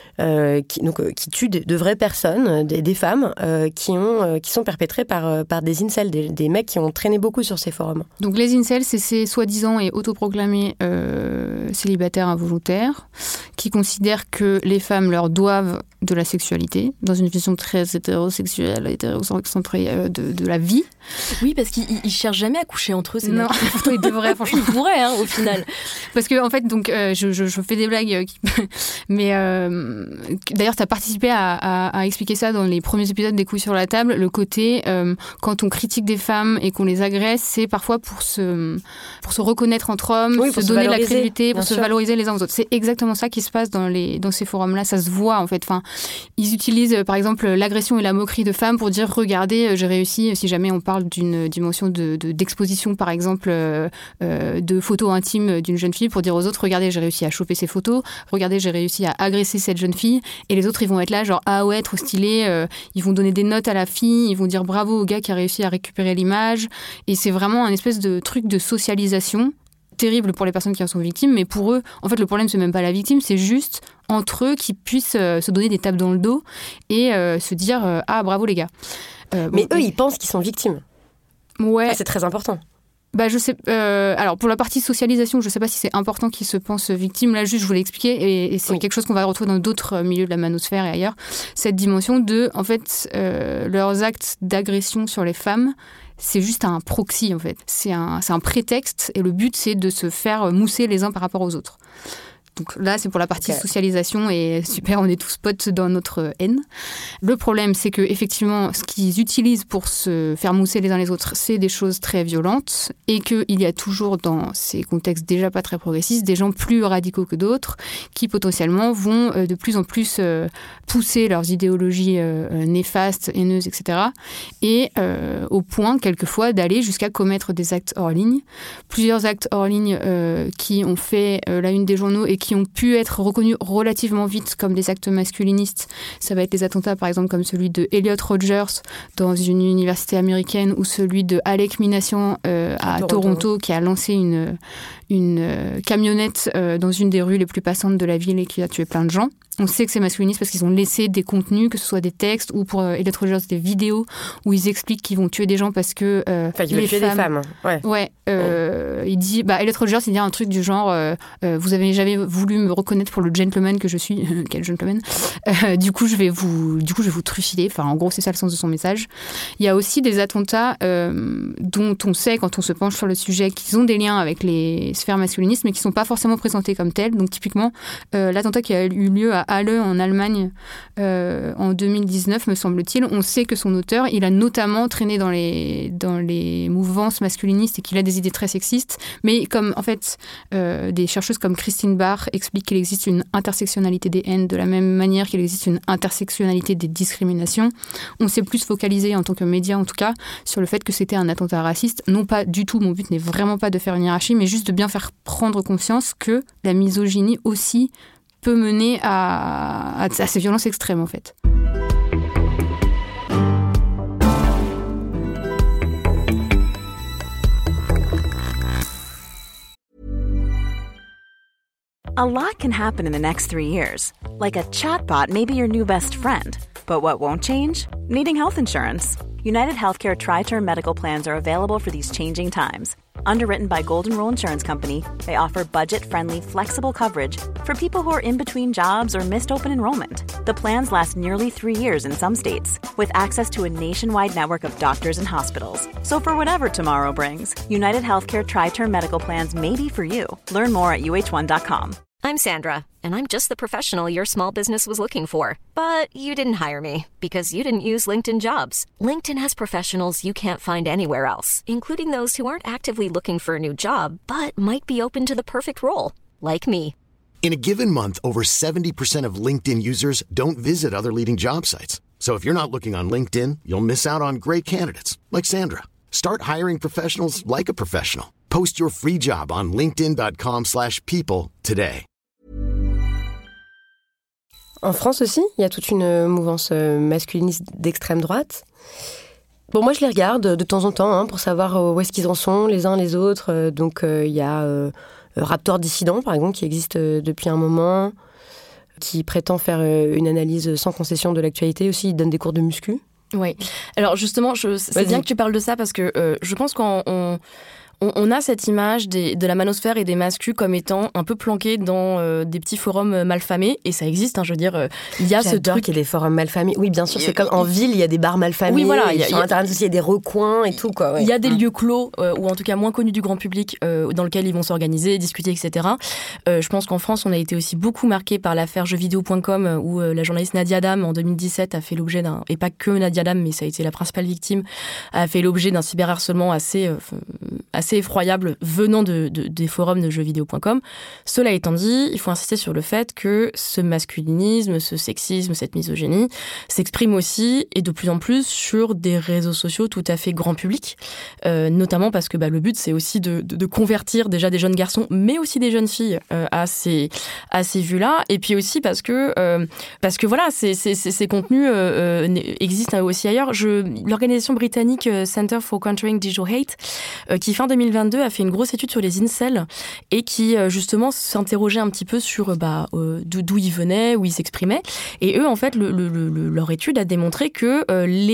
qui tuent de vraies personnes, des femmes qui sont perpétrées par des incels, des mecs qui ont traîné beaucoup sur ces forums. Donc les incels, c'est ces soi-disant et autoproclamés célibataires involontaires qui considèrent que les femmes leur doivent de la sexualité, dans une vision très hétérosexuelle, hétérocentrée de la vie. Oui, parce qu'ils cherchent jamais à coucher entre eux. Non, pourtant ils devraient, franchement. Ils pourraient, au final. Parce que en fait, donc, je fais des blagues, mais d'ailleurs, tu as participé à expliquer ça dans les premiers épisodes des Couilles sur la table. Le côté, quand on critique des femmes et qu'on les agresse, c'est parfois pour se reconnaître entre hommes, oui, se donner de la crédibilité, pour se valoriser les uns aux autres. C'est exactement ça qui se passe dans ces forums-là. Ça se voit, en fait. Enfin, ils utilisent, par exemple, l'agression et la moquerie de femmes pour dire, regardez, j'ai réussi, si jamais on parle d'une dimension d'exposition, par exemple, de photos intimes d'une jeune fille, pour dire aux autres, regardez, j'ai réussi à choper ces photos, regardez, j'ai réussi à agresser cette jeune fille, et les autres, ils vont être là, genre, ah ouais, trop stylé, ils vont donner des notes à la fille, ils vont dire bravo au gars qui a réussi à récupérer l'image, et c'est vraiment un espèce de truc de socialisation terrible pour les personnes qui en sont victimes, mais pour eux, en fait, le problème, c'est même pas la victime, c'est juste entre eux qui puissent se donner des tapes dans le dos et se dire ah, bravo les gars. Mais eux, ils pensent qu'ils sont victimes. Ouais. Ah, c'est très important. Bah, je sais. Alors, pour la partie socialisation, je sais pas si c'est important qu'ils se pensent victimes. Là, juste, je voulais expliquer, et c'est quelque chose qu'on va retrouver dans d'autres milieux de la manosphère et ailleurs. Cette dimension de, en fait, leurs actes d'agression sur les femmes, c'est juste un proxy, en fait. C'est un prétexte, et le but, c'est de se faire mousser les uns par rapport aux autres. Donc là, c'est pour la partie socialisation et super, on est tous potes dans notre haine. Le problème, c'est que effectivement, ce qu'ils utilisent pour se faire mousser les uns les autres, c'est des choses très violentes et qu'il y a toujours dans ces contextes déjà pas très progressistes des gens plus radicaux que d'autres qui potentiellement vont de plus en plus pousser leurs idéologies néfastes, haineuses, etc. Et au point, quelquefois, d'aller jusqu'à commettre des actes hors ligne. Plusieurs actes hors ligne qui ont fait la une des journaux et qui ont pu être reconnus relativement vite comme des actes masculinistes. Ça va être des attentats, par exemple, comme celui de Elliot Rodgers dans une université américaine ou celui de Alek Minassian à Toronto, qui a lancé une camionnette dans une des rues les plus passantes de la ville et qui a tué plein de gens. On sait que c'est masculiniste parce qu'ils ont laissé des contenus, que ce soit des textes ou pour Elliot Rodgers des vidéos où ils expliquent qu'ils vont tuer des gens parce que ils veulent tuer des femmes. Il dit, Elliot Rodgers, il dit un truc du genre vous avez jamais voulu me reconnaître pour le gentleman que je suis. Quel gentleman. Du coup, je vais vous trucider. Enfin, en gros, c'est ça le sens de son message. Il y a aussi des attentats dont on sait, quand on se penche sur le sujet, qu'ils ont des liens avec les sphères masculinistes, mais qui ne sont pas forcément présentés comme tels. Donc, typiquement, l'attentat qui a eu lieu à Halle, en Allemagne, en 2019, me semble-t-il, on sait que son auteur, il a notamment traîné dans les mouvances masculinistes et qu'il a des idées très sexistes. Mais comme, en fait, des chercheuses comme Christine Barr expliquent qu'il existe une intersectionnalité des haines de la même manière qu'il existe une intersectionnalité des discriminations, on s'est plus focalisé, en tant que média en tout cas, sur le fait que c'était un attentat raciste. Non pas du tout, mon but n'est vraiment pas de faire une hiérarchie, mais juste de bien faire prendre conscience que la misogynie aussi peut mener à ces violences extrêmes, en fait. A lot can happen in the next 3 years. Like a chatbot may be your new best friend. But what won't change? Needing health insurance. United Healthcare Tri-Term Medical Plans are available for these changing times. Underwritten by Golden Rule Insurance Company, they offer budget-friendly, flexible coverage for people who are in between jobs or missed open enrollment. The plans last nearly 3 years in some states, with access to a nationwide network of doctors and hospitals. So for whatever tomorrow brings, United Healthcare Tri-Term Medical Plans may be for you. Learn more at uh1.com. I'm Sandra, and I'm just the professional your small business was looking for. But you didn't hire me because you didn't use LinkedIn Jobs. LinkedIn has professionals you can't find anywhere else, including those who aren't actively looking for a new job, but might be open to the perfect role, like me. In a given month, over 70% of LinkedIn users don't visit other leading job sites. So if you're not looking on LinkedIn, you'll miss out on great candidates like Sandra. Start hiring professionals like a professional. Post your free job on linkedin.com/people today. En France aussi, il y a toute une mouvance masculiniste d'extrême droite. Bon, moi, je les regarde de temps en temps pour savoir où est-ce qu'ils en sont, les uns les autres. Donc, il y a Raptor Dissident, par exemple, qui existe depuis un moment, qui prétend faire une analyse sans concession de l'actualité aussi. Il donne des cours de muscu. Oui. Alors, justement, c'est bien que tu parles de ça parce que je pense qu'on a cette image de la manosphère et des mascus comme étant un peu planqués dans des petits forums malfamés, et ça existe, je veux dire, il y a ce truc qu'il y ait des forums malfamés. Oui, bien sûr, c'est comme en ville, il y a des bars malfamés. Oui, voilà, sur Internet aussi, il y a des recoins et tout, quoi. Ouais. Il y a des lieux clos, ou en tout cas moins connus du grand public, dans lesquels ils vont s'organiser, discuter, etc. Je pense qu'en France, on a été aussi beaucoup marqué par l'affaire jeuxvideo.com, où la journaliste Nadia Adam, en 2017, a fait l'objet d'un, et pas que Nadia Adam, mais ça a été la principale victime, a fait l'objet d'un cyberharcèlement assez effroyable venant des forums de jeuxvideo.com. Cela étant dit, il faut insister sur le fait que ce masculinisme, ce sexisme, cette misogynie s'exprime aussi et de plus en plus sur des réseaux sociaux tout à fait grand public, notamment parce que le but c'est aussi de convertir déjà des jeunes garçons, mais aussi des jeunes filles à ces vues-là, et puis aussi parce que voilà, ces contenus existent aussi ailleurs. L'organisation britannique Center for Countering Digital Hate, qui fin 2022 a fait une grosse étude sur les incels et qui justement s'interrogeait un petit peu sur d'où ils venaient, où ils s'exprimaient. Et eux, en fait, leur étude a démontré que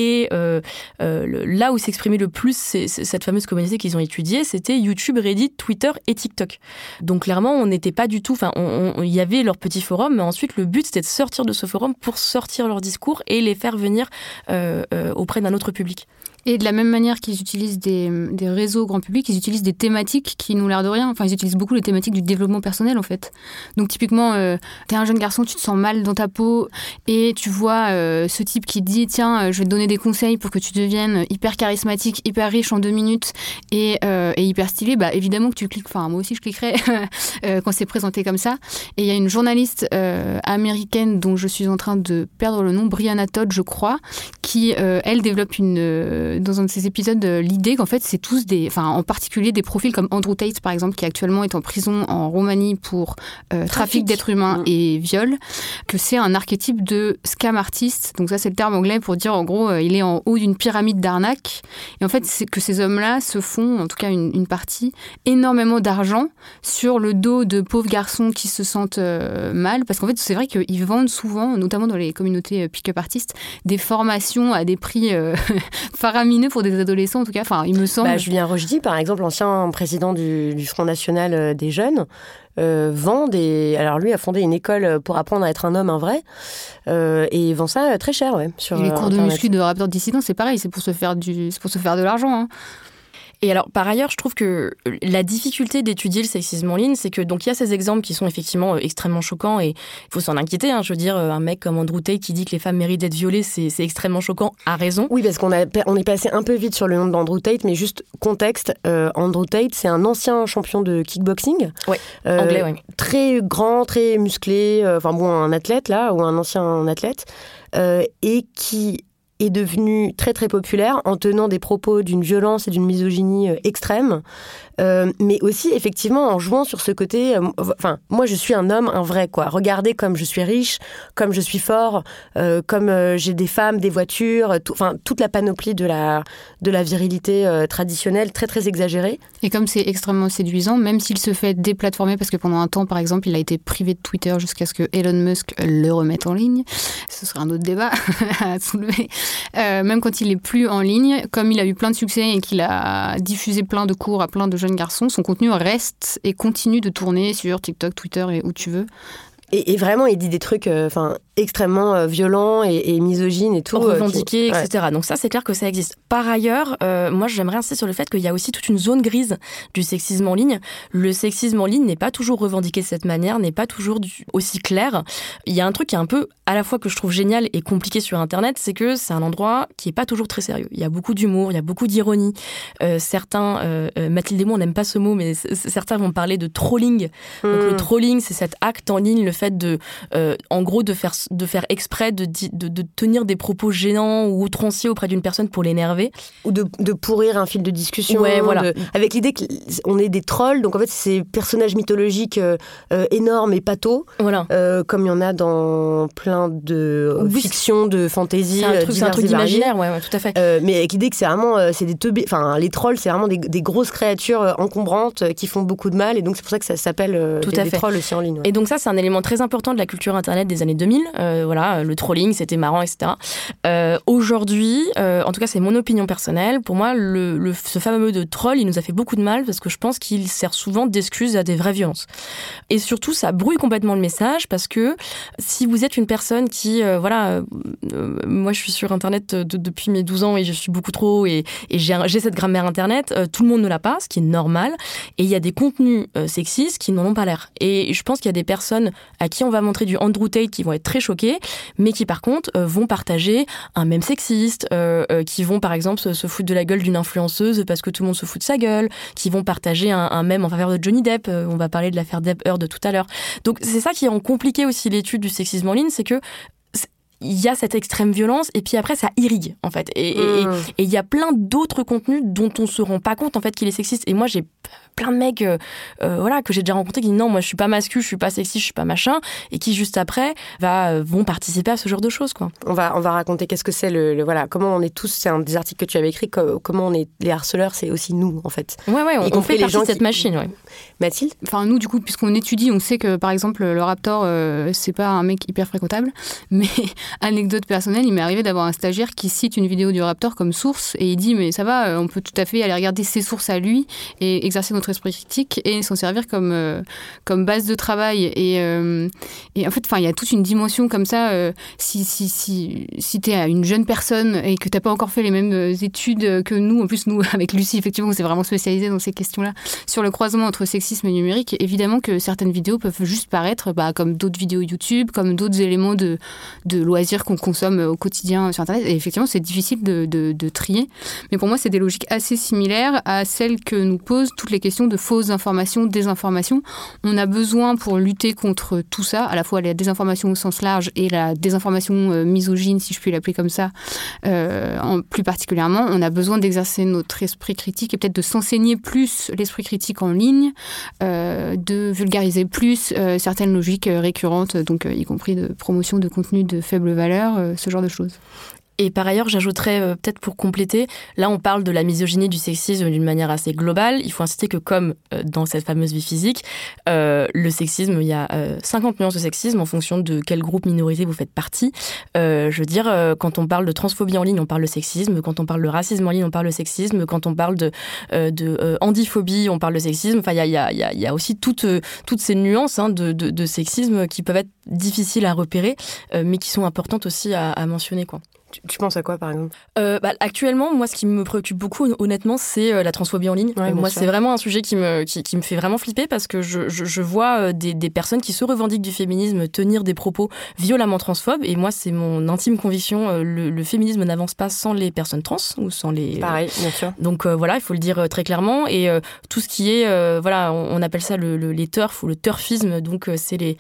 là où s'exprimait le plus cette fameuse communauté qu'ils ont étudiée, c'était YouTube, Reddit, Twitter et TikTok. Donc clairement, on n'était pas du tout... il y avait leur petit forum, mais ensuite, le but, c'était de sortir de ce forum pour sortir leur discours et les faire venir auprès d'un autre public. Et de la même manière qu'ils utilisent des réseaux grand public, ils utilisent des thématiques qui n'ont l'air de rien. Enfin, ils utilisent beaucoup les thématiques du développement personnel, en fait. Donc, typiquement, t'es un jeune garçon, tu te sens mal dans ta peau et tu vois ce type qui te dit « Tiens, je vais te donner des conseils pour que tu deviennes hyper charismatique, hyper riche en 2 minutes et hyper stylé. » Bah, évidemment que tu cliques. Enfin, moi aussi, je cliquerais quand c'est présenté comme ça. Et il y a une journaliste américaine dont je suis en train de perdre le nom, Brianna Todd, je crois, qui, elle, développe dans un de ses épisodes l'idée qu'en fait, c'est tous en particulier des profils comme Andrew Tate, par exemple, qui actuellement est en prison en Roumanie pour trafic d'êtres humains et viol, que c'est un archétype de scam artiste. Donc ça, c'est le terme anglais pour dire, en gros, il est en haut d'une pyramide d'arnaque. Et en fait, c'est que ces hommes-là se font, en tout cas une partie, énormément d'argent sur le dos de pauvres garçons qui se sentent mal. Parce qu'en fait, c'est vrai qu'ils vendent souvent, notamment dans les communautés pick-up artistes, des formations à des prix faramineux pour des adolescents, en tout cas. Enfin, il me semble. Julien Rochdy, par exemple, l'ancien président du Front National des Jeunes, vend alors lui a fondé une école pour apprendre à être un homme, un vrai, et vend ça très cher, ouais. Sur les cours de muscu de rappeurs dissidents, c'est pareil, c'est pour se faire de l'argent, hein. Et alors, par ailleurs, je trouve que la difficulté d'étudier le sexisme en ligne, c'est que donc il y a ces exemples qui sont effectivement extrêmement choquants et il faut s'en inquiéter. Hein. Je veux dire, un mec comme Andrew Tate qui dit que les femmes méritent d'être violées, c'est extrêmement choquant, à raison. Oui, parce qu'on est passé un peu vite sur le nom d'Andrew Tate, mais juste contexte, Andrew Tate, c'est un ancien champion de kickboxing. Oui, anglais, oui. Très grand, très musclé, un athlète là, ou un ancien athlète, et qui est devenu très très populaire en tenant des propos d'une violence et d'une misogynie extrême, mais aussi effectivement en jouant sur ce côté, moi je suis un homme, un vrai, quoi. Regardez comme je suis riche, comme je suis fort, comme j'ai des femmes, des voitures, toute la panoplie de la virilité traditionnelle, très très exagérée. Et comme c'est extrêmement séduisant, même s'il se fait déplatformer, parce que pendant un temps, par exemple, il a été privé de Twitter jusqu'à ce que Elon Musk le remette en ligne. Ce serait un autre débat à soulever. Même quand il est plus en ligne, comme il a eu plein de succès et qu'il a diffusé plein de cours à plein de jeunes garçons, son contenu reste et continue de tourner sur TikTok, Twitter et où tu veux. Et vraiment, il dit des trucs extrêmement violents et misogynes et tout. Revendiqués, etc. Donc ça, c'est clair que ça existe. Par ailleurs, moi, j'aimerais insister sur le fait qu'il y a aussi toute une zone grise du sexisme en ligne. Le sexisme en ligne n'est pas toujours revendiqué de cette manière, n'est pas toujours aussi clair. Il y a un truc qui est un peu, à la fois que je trouve génial et compliqué sur Internet, c'est que c'est un endroit qui est pas toujours très sérieux. Il y a beaucoup d'humour, il y a beaucoup d'ironie. Certains, Mathilde et moi, on n'aime pas ce mot, mais certains vont parler de trolling. Donc le trolling, c'est cet acte en ligne, le fait de, en gros, de faire exprès de tenir des propos gênants ou outranciers auprès d'une personne pour l'énerver. Ou de pourrir un fil de discussion. Ouais, voilà. Avec l'idée qu'on est des trolls, donc en fait, c'est ces personnages mythologiques énormes et pathos, voilà. Comme il y en a dans plein de fictions, de fantasy. C'est un truc imaginaire, ouais, tout à fait. Mais avec l'idée que c'est vraiment, c'est des teubés, les trolls, c'est vraiment des grosses créatures encombrantes qui font beaucoup de mal, et donc c'est pour ça que ça s'appelle des trolls aussi en ligne. Ouais. Et donc ça, c'est un élément très important de la culture Internet des années 2000. Le trolling, c'était marrant, etc. Aujourd'hui, en tout cas, c'est mon opinion personnelle. Pour moi, ce fameux de troll, il nous a fait beaucoup de mal parce que je pense qu'il sert souvent d'excuse à des vraies violences. Et surtout, ça brouille complètement le message parce que si vous êtes une personne qui, moi, je suis sur Internet depuis mes 12 ans et je suis beaucoup trop et j'ai cette grammaire Internet. Tout le monde ne l'a pas, ce qui est normal. Et il y a des contenus sexistes qui n'en ont pas l'air. Et je pense qu'il y a des personnes à qui on va montrer du Andrew Tate qui vont être très choqués, mais qui par contre vont partager un mème sexiste, qui vont par exemple se foutre de la gueule d'une influenceuse parce que tout le monde se fout de sa gueule, qui vont partager un mème en faveur de Johnny Depp, on va parler de l'affaire Depp Heard tout à l'heure. Donc c'est ça qui rend compliqué aussi l'étude du sexisme en ligne, c'est que il y a cette extrême violence et puis après ça irrigue en fait et il y a plein d'autres contenus dont on se rend pas compte en fait qu'il est sexiste. Et moi j'ai plein de mecs que j'ai déjà rencontrés qui disent non, moi je suis pas mascu, je suis pas sexiste, je suis pas machin, et qui juste après vont participer à ce genre de choses, quoi. On va raconter qu'est-ce que c'est comment on est tous, c'est un des articles que tu avais écrit, comment on est les harceleurs, c'est aussi nous en fait. Ouais, on fait partie de cette machine, ouais. Mathilde, nous du coup, puisqu'on étudie, on sait que par exemple le Raptor c'est pas un mec hyper fréquentable, mais anecdote personnelle, il m'est arrivé d'avoir un stagiaire qui cite une vidéo du Raptor comme source et il dit mais ça va, on peut tout à fait aller regarder ses sources à lui et exercer notre esprit critique et s'en servir comme base de travail. Et en fait, il y a toute une dimension comme ça. Si tu es une jeune personne et que tu n'as pas encore fait les mêmes études que nous, en plus nous avec Lucie, effectivement, on s'est vraiment spécialisé dans ces questions-là, sur le croisement entre sexisme et numérique, évidemment que certaines vidéos peuvent juste paraître comme d'autres vidéos YouTube, comme d'autres éléments de loisirs qu'on consomme au quotidien sur Internet. Et effectivement, c'est difficile de trier. Mais pour moi, c'est des logiques assez similaires à celles que nous posent toutes les questions de fausses informations, désinformation. On a besoin, pour lutter contre tout ça, à la fois la désinformation au sens large et la désinformation misogyne, si je puis l'appeler comme ça, plus particulièrement, on a besoin d'exercer notre esprit critique et peut-être de s'enseigner plus l'esprit critique en ligne, de vulgariser plus certaines logiques récurrentes, donc y compris de promotion de contenu de faible valeur, ce genre de choses. Et par ailleurs, j'ajouterais peut-être pour compléter, là on parle de la misogynie, du sexisme d'une manière assez globale. Il faut insister que comme dans cette fameuse vie physique, le sexisme, il y a 50 nuances de sexisme en fonction de quel groupe minorité vous faites partie. Je veux dire, quand on parle de transphobie en ligne, on parle de sexisme. Quand on parle de racisme en ligne, on parle de sexisme. Quand on parle de handiphobie, on parle de sexisme. Enfin, il y a aussi toutes ces nuances de sexisme qui peuvent être difficiles à repérer, mais qui sont importantes aussi à mentionner, quoi. Tu penses à quoi, par exemple ? Actuellement, moi, ce qui me préoccupe beaucoup, honnêtement, c'est la transphobie en ligne. Ouais, moi, sûr. c'est vraiment un sujet qui me fait vraiment flipper parce que je vois des personnes qui se revendiquent du féminisme tenir des propos violemment transphobes. Et moi, c'est mon intime conviction, le féminisme n'avance pas sans les personnes trans ou sans les... Pareil, bien sûr. Donc voilà, il faut le dire très clairement. Et tout ce qui est, on appelle ça les turfs ou le turfisme. Donc c'est les...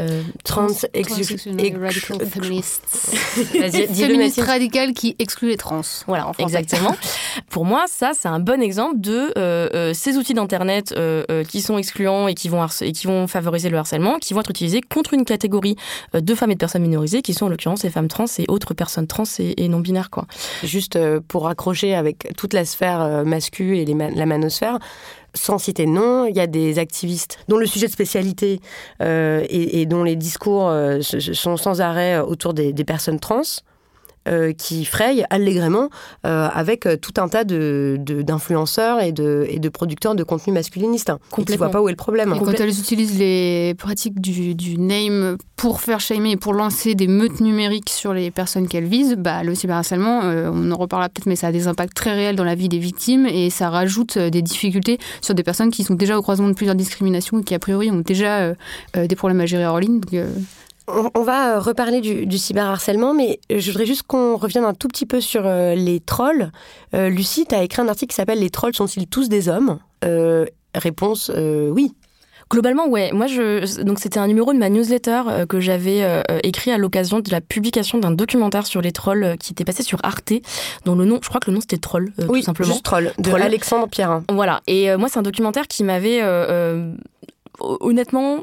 Radical feminists. Vas-y, Féministes radicales qui excluent les trans. Voilà, exactement. Pour moi, ça, c'est un bon exemple de ces outils d'Internet qui sont excluants et qui vont favoriser le harcèlement, qui vont être utilisés contre une catégorie de femmes et de personnes minorisées, qui sont en l'occurrence les femmes trans et autres personnes trans et non-binaires, quoi. Juste pour accrocher avec toute la sphère mascu et la manosphère, sans citer de nom, il y a des activistes dont le sujet de spécialité et dont les discours sont sans arrêt autour des personnes trans, qui frayent allègrement avec tout un tas d'influenceurs et de producteurs de contenu masculiniste. Et qui ne voient pas où est le problème. Et quand elles utilisent les pratiques du name pour faire shamer et pour lancer des meutes numériques sur les personnes qu'elles visent, le cyberharcèlement, on en reparlera peut-être, mais ça a des impacts très réels dans la vie des victimes et ça rajoute des difficultés sur des personnes qui sont déjà au croisement de plusieurs discriminations et qui, a priori, ont déjà des problèmes à gérer hors ligne. Donc, on va reparler du cyberharcèlement, mais je voudrais juste qu'on revienne un tout petit peu sur les trolls. Lucie, tu as écrit un article qui s'appelle « Les trolls sont-ils tous des hommes ?» Réponse oui. Globalement, ouais. Moi, donc c'était un numéro de ma newsletter que j'avais écrit à l'occasion de la publication d'un documentaire sur les trolls qui était passé sur Arte, dont je crois que le nom c'était Troll, oui, tout simplement. Juste Troll, de Alexandre Pierrin. Voilà. Et moi, c'est un documentaire qui m'avait honnêtement...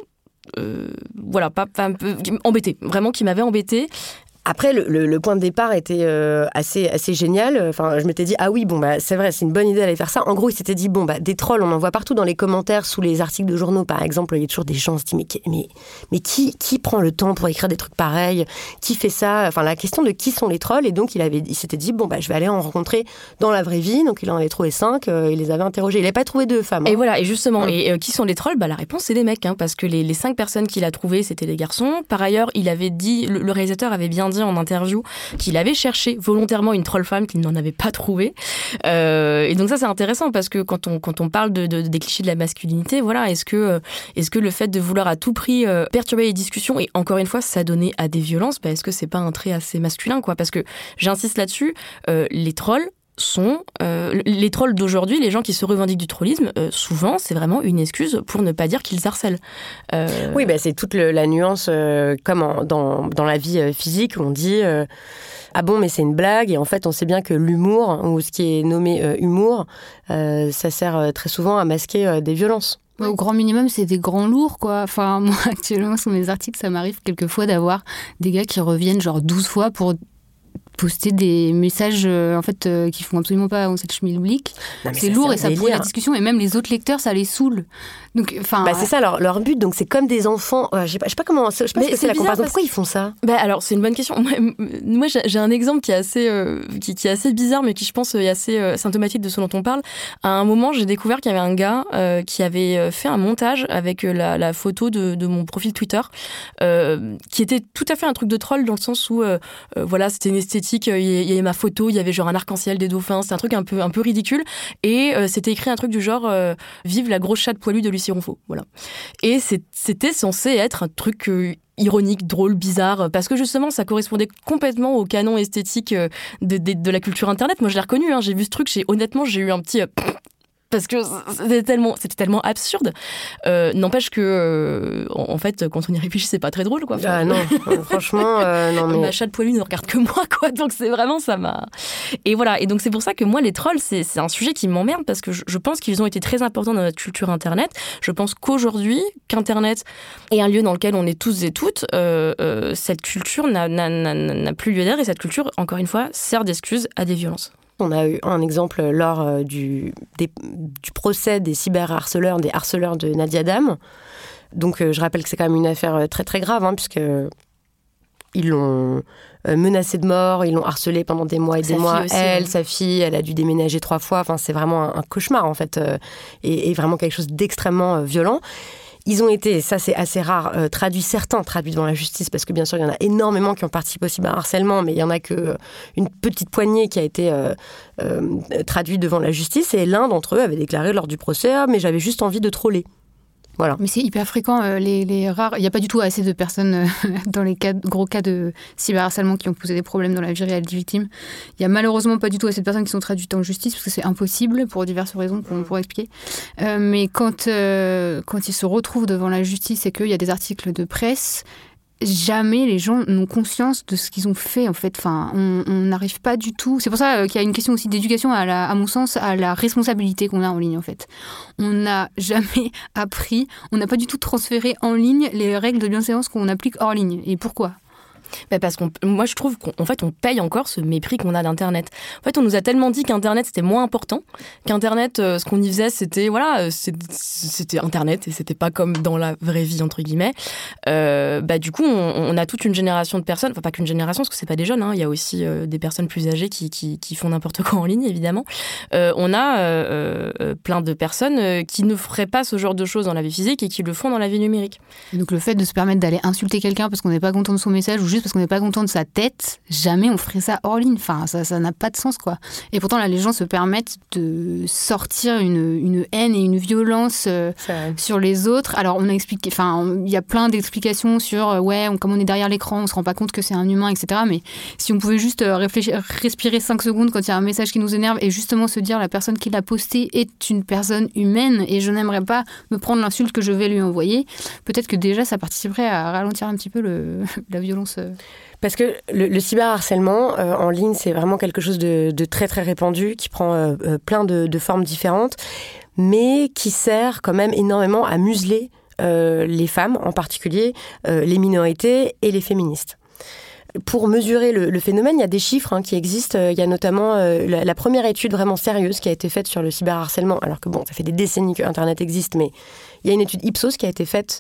pas un peu embêté, vraiment qui m'avait embêté. Après, le point de départ était assez génial. Enfin, je m'étais dit, ah oui, c'est vrai, c'est une bonne idée d'aller faire ça. En gros, il s'était dit, des trolls, on en voit partout dans les commentaires, sous les articles de journaux, par exemple. Il y a toujours des gens qui se disent, mais qui prend le temps pour écrire des trucs pareils ? Qui fait ça ? Enfin, la question de qui sont les trolls. Et donc, il s'était dit, je vais aller en rencontrer dans la vraie vie. Donc, il en avait trouvé 5, il les avait interrogés. Il n'avait pas trouvé de femmes. Et voilà, et justement, et qui sont les trolls ? La réponse, c'est des mecs, parce que les 5 personnes qu'il a trouvées, c'était des garçons. Par ailleurs, il avait dit, le réalisateur avait bien dit en interview qu'il avait cherché volontairement une troll femme qu'il n'en avait pas trouvée. Et donc ça, c'est intéressant parce que quand on parle des clichés de la masculinité, voilà, est-ce que le fait de vouloir à tout prix perturber les discussions et encore une fois s'adonner à des violences, est-ce que c'est pas un trait assez masculin, quoi ? Parce que j'insiste là-dessus, les trolls sont les trolls d'aujourd'hui, les gens qui se revendiquent du trollisme, souvent c'est vraiment une excuse pour ne pas dire qu'ils harcèlent. Oui, c'est toute la nuance comme dans la vie physique où on dit ah bon, mais c'est une blague, et en fait on sait bien que l'humour, ou ce qui est nommé humour, ça sert très souvent à masquer des violences. Au grand minimum, c'est des grands lourds, quoi. Enfin, moi, actuellement, sur mes articles, ça m'arrive quelquefois d'avoir des gars qui reviennent 12 fois pour poster des messages qui font absolument pas en cette schmilblick. C'est lourd et ça pourrit la discussion, et même les autres lecteurs, ça les saoule. Donc, c'est ça leur but, donc c'est comme des enfants. Je sais pas comment, je sais pas ce que c'est la comparaison. Pourquoi ils font ça ? Alors c'est une bonne question. Moi j'ai un exemple qui est assez qui est assez bizarre, mais qui je pense est assez symptomatique de ce dont on parle. À un moment, j'ai découvert qu'il y avait un gars qui avait fait un montage avec la photo de mon profil Twitter, qui était tout à fait un truc de troll, dans le sens où c'était une esthétique, il y avait ma photo, il y avait genre un arc-en-ciel, des dauphins, c'est un truc un peu ridicule, et c'était écrit un truc du genre vive la grosse chatte poilue de Lucie Ronfaux, voilà. Et c'était censé être un truc ironique, drôle, bizarre, parce que justement ça correspondait complètement au canon esthétique de la culture internet. Moi je l'ai reconnu, j'ai vu ce truc, honnêtement j'ai eu un petit parce que c'était tellement absurde. N'empêche que, en fait, quand on y réfléchit, c'est pas très drôle, quoi. Non, franchement, non mais... Ma chatte poilue ne regarde que moi, quoi. Donc c'est vraiment, ça m'a... Et voilà. Et donc c'est pour ça que moi, les trolls, c'est un sujet qui m'emmerde, parce que je pense qu'ils ont été très importants dans notre culture Internet. Je pense qu'aujourd'hui, qu'Internet est un lieu dans lequel on est tous et toutes, cette culture n'a plus lieu d'être, et cette culture, encore une fois, sert d'excuse à des violences. On a eu un exemple lors du procès des cyberharceleurs, des harceleurs de Nadia Dam. Donc je rappelle que c'est quand même une affaire très très grave, puisqu'ils l'ont menacée de mort, ils l'ont harcelée pendant des mois et des mois. Sa fille, elle a dû déménager 3 fois. Enfin, c'est vraiment un cauchemar, en fait, et vraiment quelque chose d'extrêmement violent. Ils ont été, ça c'est assez rare, traduits devant la justice, parce que bien sûr il y en a énormément qui ont participé au cyberharcèlement, mais il y en a qu'une petite poignée qui a été traduite devant la justice, et l'un d'entre eux avait déclaré lors du procès « mais j'avais juste envie de troller ». Voilà. Mais c'est hyper fréquent, les rares... Il n'y a pas du tout assez de personnes dans les gros cas de cyberharcèlement qui ont posé des problèmes dans la vie réelle des victimes. Il n'y a malheureusement pas du tout assez de personnes qui sont traduites en justice, parce que c'est impossible pour diverses raisons qu'on pourrait expliquer. Mais quand ils se retrouvent devant la justice et qu'il y a des articles de presse, jamais les gens n'ont conscience de ce qu'ils ont fait, en fait. Enfin, on n'arrive pas du tout... C'est pour ça qu'il y a une question aussi d'éducation, à mon sens, à la responsabilité qu'on a en ligne, en fait. On n'a jamais appris, on n'a pas du tout transféré en ligne les règles de bienséance qu'on applique hors ligne. Et pourquoi ? Parce moi je trouve qu'en fait on paye encore ce mépris qu'on a d'Internet. En fait on nous a tellement dit qu'Internet c'était moins important, qu'Internet ce qu'on y faisait c'était Internet, et c'était pas comme dans la vraie vie entre guillemets. Du coup on a toute une génération de personnes, enfin pas qu'une génération parce que c'est pas des jeunes, il y a aussi des personnes plus âgées qui font n'importe quoi en ligne évidemment. On a plein de personnes qui ne feraient pas ce genre de choses dans la vie physique et qui le font dans la vie numérique. Donc le fait de se permettre d'aller insulter quelqu'un parce qu'on n'est pas content de son message ou juste parce qu'on n'est pas content de sa tête, jamais on ferait ça hors ligne. Enfin, ça n'a pas de sens, quoi. Et pourtant, là, les gens se permettent de sortir une haine et une violence sur les autres. Alors, on a expliqué... Enfin, il y a plein d'explications sur, comme on est derrière l'écran, on se rend pas compte que c'est un humain, etc. Mais si on pouvait juste respirer 5 secondes quand il y a un message qui nous énerve et justement se dire, la personne qui l'a posté est une personne humaine et je n'aimerais pas me prendre l'insulte que je vais lui envoyer, peut-être que déjà, ça participerait à ralentir un petit peu la violence. Parce que le cyberharcèlement en ligne, c'est vraiment quelque chose de très très répandu, qui prend plein de formes différentes, mais qui sert quand même énormément à museler les femmes, en particulier les minorités et les féministes. Pour mesurer le phénomène, il y a des chiffres qui existent. Il y a notamment la première étude vraiment sérieuse qui a été faite sur le cyberharcèlement, alors que ça fait des décennies que Internet existe, mais il y a une étude Ipsos qui a été faite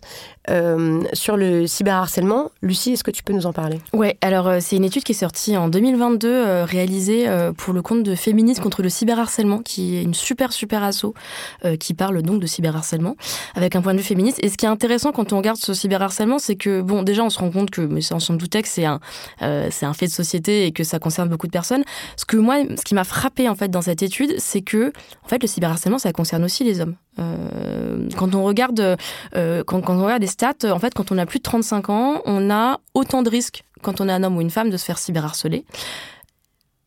sur le cyberharcèlement. Lucie, est-ce que tu peux nous en parler ? Ouais, alors c'est une étude qui est sortie en 2022, réalisée pour le compte de Féministes contre le cyberharcèlement, qui est une super asso qui parle donc de cyberharcèlement avec un point de vue féministe. Et ce qui est intéressant quand on regarde ce cyberharcèlement, c'est que déjà on se rend compte que, mais ça on s'en doutait, que c'est un fait de société et que ça concerne beaucoup de personnes. Ce qui m'a frappé en fait dans cette étude, c'est que en fait le cyberharcèlement ça concerne aussi les hommes. Quand on regarde des stats, en fait, quand on a plus de 35 ans, on a autant de risques quand on est un homme ou une femme de se faire cyberharceler.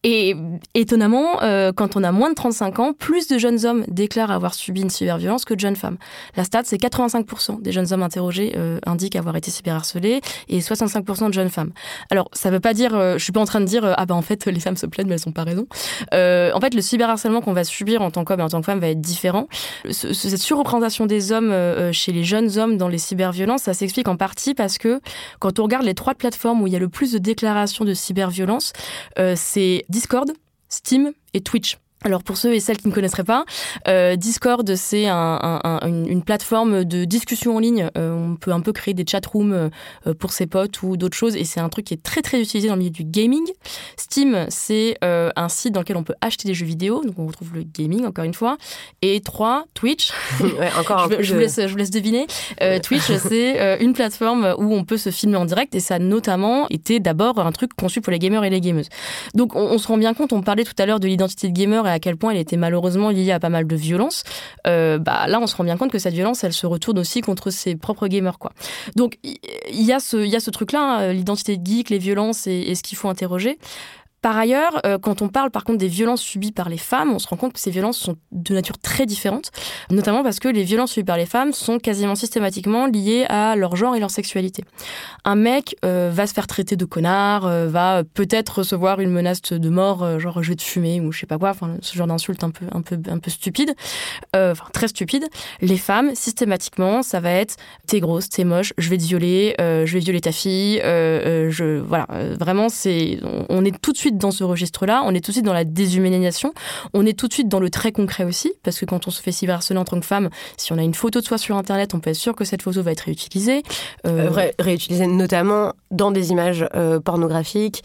Et étonnamment, quand on a moins de 35 ans, plus de jeunes hommes déclarent avoir subi une cyberviolence que de jeunes femmes. La stat, c'est 85% des jeunes hommes interrogés indiquent avoir été cyberharcelés et 65% de jeunes femmes. Alors, ça veut pas dire, je suis pas en train de dire, en fait, les femmes se plaignent, mais elles ont pas raison. En fait, le cyberharcèlement qu'on va subir en tant qu'homme et en tant que femme va être différent. Cette surreprésentation des hommes chez les jeunes hommes dans les cyberviolences, ça s'explique en partie parce que quand on regarde les 3 plateformes où il y a le plus de déclarations de cyberviolence, c'est Discord, Steam et Twitch. Alors pour ceux et celles qui ne connaisseraient pas, Discord c'est une plateforme de discussion en ligne. On peut un peu créer des chatrooms pour ses potes ou d'autres choses et c'est un truc qui est très très utilisé dans le milieu du gaming. Steam c'est un site dans lequel on peut acheter des jeux vidéo, donc on retrouve le gaming encore une fois. Et 3, Twitch. Ouais, encore je vous laisse deviner. Twitch c'est une plateforme où on peut se filmer en direct et ça a notamment été d'abord un truc conçu pour les gamers et les gameuses. Donc on se rend bien compte, on parlait tout à l'heure de l'identité de gamer et à quel point elle était malheureusement liée à pas mal de violences. Là, on se rend bien compte que cette violence, elle se retourne aussi contre ses propres gamers, quoi. Donc, il y a ce truc-là, l'identité de geek, les violences et ce qu'il faut interroger. Par ailleurs, quand on parle par contre des violences subies par les femmes, on se rend compte que ces violences sont de nature très différente, notamment parce que les violences subies par les femmes sont quasiment systématiquement liées à leur genre et leur sexualité. Un mec va se faire traiter de connard, va peut-être recevoir une menace de mort, genre je vais te fumer ou je sais pas quoi, enfin ce genre d'insulte un peu stupide, très stupide. Les femmes, systématiquement, ça va être t'es grosse, t'es moche, je vais te violer, je vais violer ta fille, vraiment on est tout de suite dans ce registre-là, on est tout de suite dans la déshumanisation, on est tout de suite dans le très concret aussi, parce que quand on se fait cyberharceler en tant que femme, si on a une photo de soi sur Internet, on peut être sûr que cette photo va être réutilisée. Réutilisée notamment dans des images pornographiques.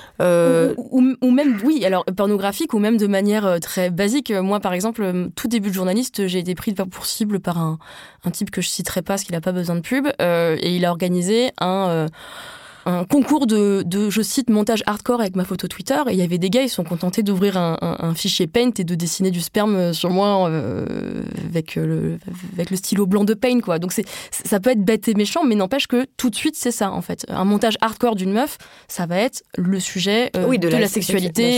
Ou même, oui, alors pornographique ou même de manière très basique. Moi, par exemple, tout début de journaliste, j'ai été prise pour cible par un type que je citerai pas parce qu'il a pas besoin de pub, et il a organisé un concours de, je cite, montage hardcore avec ma photo Twitter. Et il y avait des gars, ils sont contentés d'ouvrir un fichier Paint et de dessiner du sperme sur moi avec le stylo blanc de Paint, quoi. Donc ça peut être bête et méchant, mais n'empêche que tout de suite, c'est ça, en fait. Un montage hardcore d'une meuf, ça va être le sujet de la sexualité.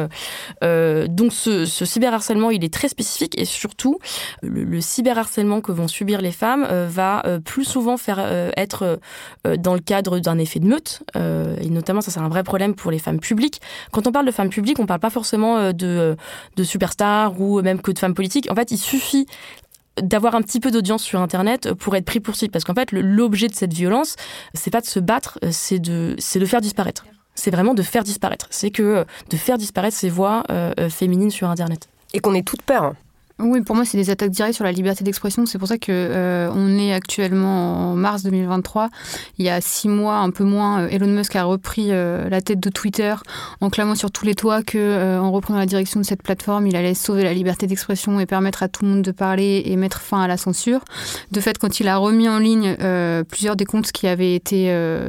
Donc ce cyberharcèlement, il est très spécifique et surtout, le cyberharcèlement que vont subir les femmes va plus souvent faire être dans le cadre d'un effet de meute, et notamment ça c'est un vrai problème pour les femmes publiques. Quand on parle de femmes publiques, on parle pas forcément de superstars ou même que de femmes politiques. En fait, il suffit d'avoir un petit peu d'audience sur Internet pour être pris pour cible, parce qu'en fait l'objet de cette violence, c'est pas de se battre, c'est de faire disparaître. C'est vraiment de faire disparaître. C'est que de faire disparaître ces voix féminines sur Internet. Et qu'on ait toute peur. Oui, pour moi, c'est des attaques directes sur la liberté d'expression. C'est pour ça que on est actuellement en mars 2023. Il y a 6 mois, un peu moins, Elon Musk a repris la tête de Twitter en clamant sur tous les toits que, en reprenant la direction de cette plateforme, il allait sauver la liberté d'expression et permettre à tout le monde de parler et mettre fin à la censure. De fait, quand il a remis en ligne plusieurs des comptes qui avaient été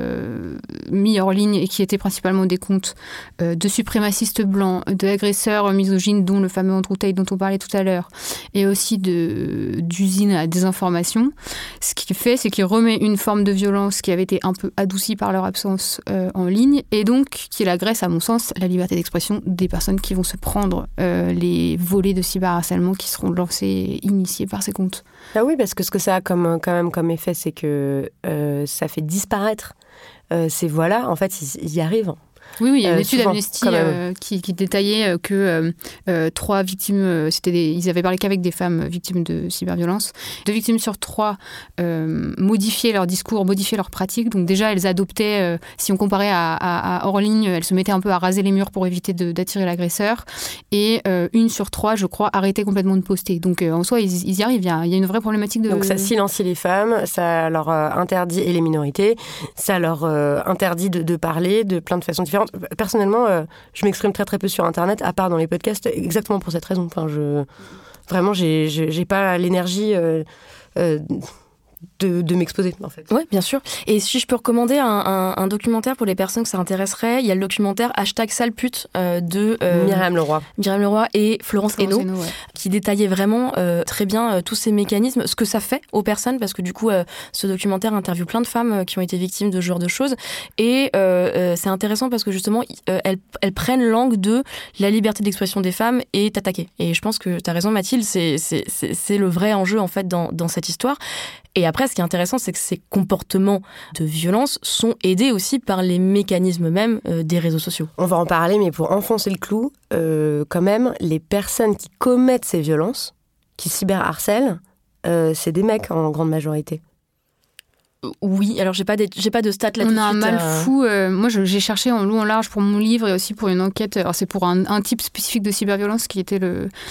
mis hors ligne et qui étaient principalement des comptes de suprémacistes blancs, d'agresseurs misogynes, dont le fameux Andrew Tate dont on parlait tout à l'heure, et aussi d'usines à désinformation. Ce qu'il fait, c'est qu'il remet une forme de violence qui avait été un peu adoucie par leur absence en ligne, et donc qu'il agresse, à mon sens, la liberté d'expression des personnes qui vont se prendre les volets de cyberharcèlement qui seront lancés, initiés par ces comptes. Ah oui, parce que ce que ça a quand même comme effet, c'est que ça fait disparaître ces voix-là. En fait, ils y arrivent. Oui, il y a une étude Amnesty qui détaillait que 3 victimes, ils avaient parlé qu'avec des femmes victimes de cyberviolence. 2 victimes sur 3 modifiaient leur discours, modifiaient leurs pratiques. Donc déjà, elles adoptaient, si on comparait à hors ligne, elles se mettaient un peu à raser les murs pour éviter d'attirer l'agresseur. Et 1 sur 3, je crois, arrêtait complètement de poster. Donc en soi, ils y arrivent. Il y a une vraie problématique de... Donc ça silencie les femmes, ça leur interdit, et les minorités, ça leur interdit de parler de plein de façons différentes. Personnellement, je m'exprime très très peu sur Internet, à part dans les podcasts, exactement pour cette raison. Enfin, vraiment, j'ai pas l'énergie de m'exposer, en fait. Oui, bien sûr. Et si je peux recommander un documentaire pour les personnes que ça intéresserait, il y a le documentaire #salepute de Myriam Leroy et Florence Hainaut, qui détaillait vraiment très bien tous ces mécanismes, ce que ça fait aux personnes, parce que du coup, ce documentaire interviewe plein de femmes qui ont été victimes de ce genre de choses. Et c'est intéressant parce que justement, elles prennent l'angle de la liberté d'expression des femmes est attaquée. Et je pense que tu as raison, Mathilde, c'est le vrai enjeu, en fait, dans cette histoire. Et après, ce qui est intéressant, c'est que ces comportements de violence sont aidés aussi par les mécanismes même des réseaux sociaux. On va en parler, mais pour enfoncer le clou, quand même, les personnes qui commettent ces violences, qui cyberharcèlent, c'est des mecs en grande majorité. Oui, alors j'ai pas de stats là-dessus. On a un mal fou. Moi, j'ai cherché en long en large pour mon livre et aussi pour une enquête. Alors, c'est pour un type spécifique de cyberviolence qui était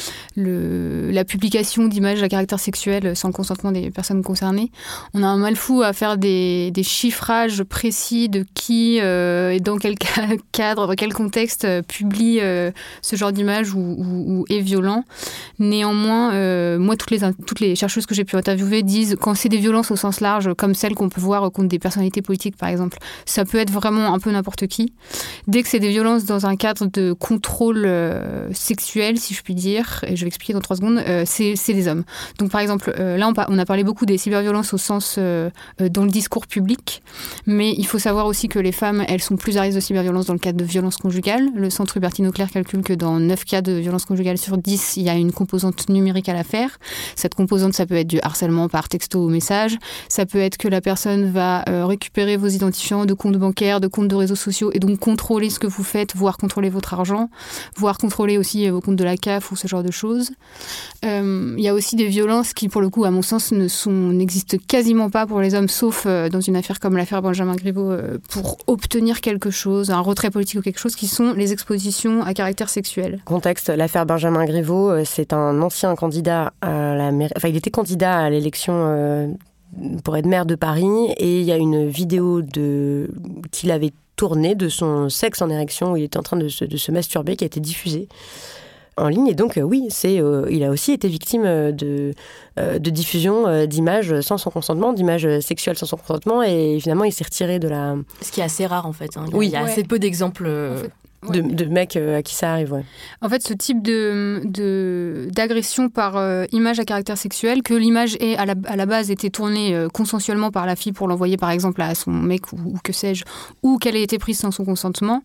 la publication d'images à caractère sexuel sans le consentement des personnes concernées. On a un mal fou à faire des chiffrages précis de qui et dans quel cadre, dans quel contexte publie ce genre d'image ou est violent. Néanmoins, moi, toutes les chercheuses que j'ai pu interviewer disent quand c'est des violences au sens large, comme celles qu'on peut voir contre des personnalités politiques, par exemple, ça peut être vraiment un peu n'importe qui. Dès que c'est des violences dans un cadre de contrôle sexuel, si je puis dire, et je vais expliquer dans 3 secondes, c'est des hommes. Donc, par exemple, là, on a parlé beaucoup des cyberviolences au sens dans le discours public, mais il faut savoir aussi que les femmes, elles sont plus à risque de cyberviolence dans le cadre de violences conjugales. Le Centre Hubertine Auclair calcule que dans 9 cas de violences conjugales sur 10, il y a une composante numérique à l'affaire. Cette composante, ça peut être du harcèlement par texto ou message, ça peut être que la personne va récupérer vos identifiants de comptes bancaires, de comptes de réseaux sociaux et donc contrôler ce que vous faites, voire contrôler votre argent, voire contrôler aussi vos comptes de la CAF ou ce genre de choses. Il y a aussi des violences qui, pour le coup, à mon sens, n'existent quasiment pas pour les hommes, sauf dans une affaire comme l'affaire Benjamin Griveaux, pour obtenir quelque chose, un retrait politique ou quelque chose, qui sont les expositions à caractère sexuel. Contexte, l'affaire Benjamin Griveaux, c'est un ancien candidat à la mairie. Enfin, il était candidat à l'élection pour être maire de Paris, et il y a une vidéo qu'il avait tournée de son sexe en érection où il était en train de se masturber qui a été diffusée en ligne. Et donc oui, il a aussi été victime de diffusion d'images sans son consentement, d'images sexuelles sans son consentement, et finalement il s'est retiré de la... Ce qui est assez rare en fait. Hein. Oui, il y a assez peu d'exemples... En fait, de mecs à qui ça arrive, ouais. En fait, ce type d'agression par image à caractère sexuel, que l'image à la base été tournée consensuellement par la fille pour l'envoyer par exemple à son mec ou que sais-je, ou qu'elle ait été prise sans son consentement,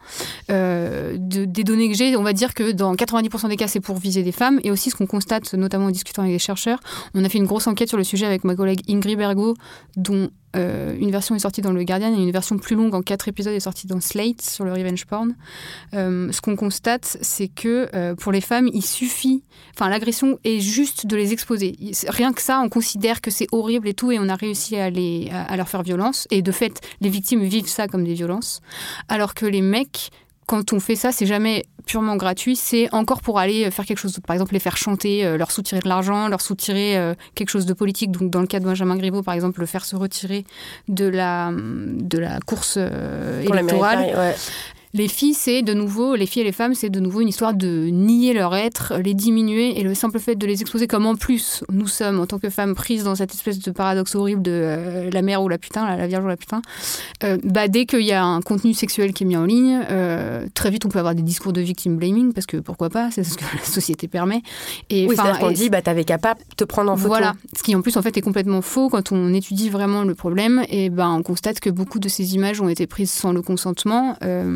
des données que j'ai, on va dire que dans 90% des cas, c'est pour viser des femmes. Et aussi ce qu'on constate, notamment en discutant avec des chercheurs, on a fait une grosse enquête sur le sujet avec ma collègue Ingrid Bergo, dont une version est sortie dans Le Guardian et une version plus longue en 4 épisodes est sortie dans Slate sur le revenge porn. Ce qu'on constate, c'est que pour les femmes, il suffit... Enfin, l'agression est juste de les exposer. Rien que ça, on considère que c'est horrible et tout, et on a réussi à leur faire violence. Et de fait, les victimes vivent ça comme des violences. Alors que les mecs... Quand on fait ça, c'est jamais purement gratuit, c'est encore pour aller faire quelque chose d'autre. Par exemple, les faire chanter, leur soutirer de l'argent, leur soutirer quelque chose de politique. Donc, dans le cas de Benjamin Griveaux, par exemple, le faire se retirer de la course électorale. Ouais. Les filles et les femmes, c'est de nouveau une histoire de nier leur être, les diminuer, et le simple fait de les exposer, comme en plus nous sommes en tant que femmes prises dans cette espèce de paradoxe horrible de la mère ou la putain, la vierge ou la putain, dès qu'il y a un contenu sexuel qui est mis en ligne, très vite on peut avoir des discours de victim blaming, parce que pourquoi pas, c'est ce que la société permet. Et, oui, c'est-à-dire qu'on dit t'avais qu'à pas te prendre en photo. Voilà, ce qui en plus en fait est complètement faux. Quand on étudie vraiment le problème, et on constate que beaucoup de ces images ont été prises sans le consentement.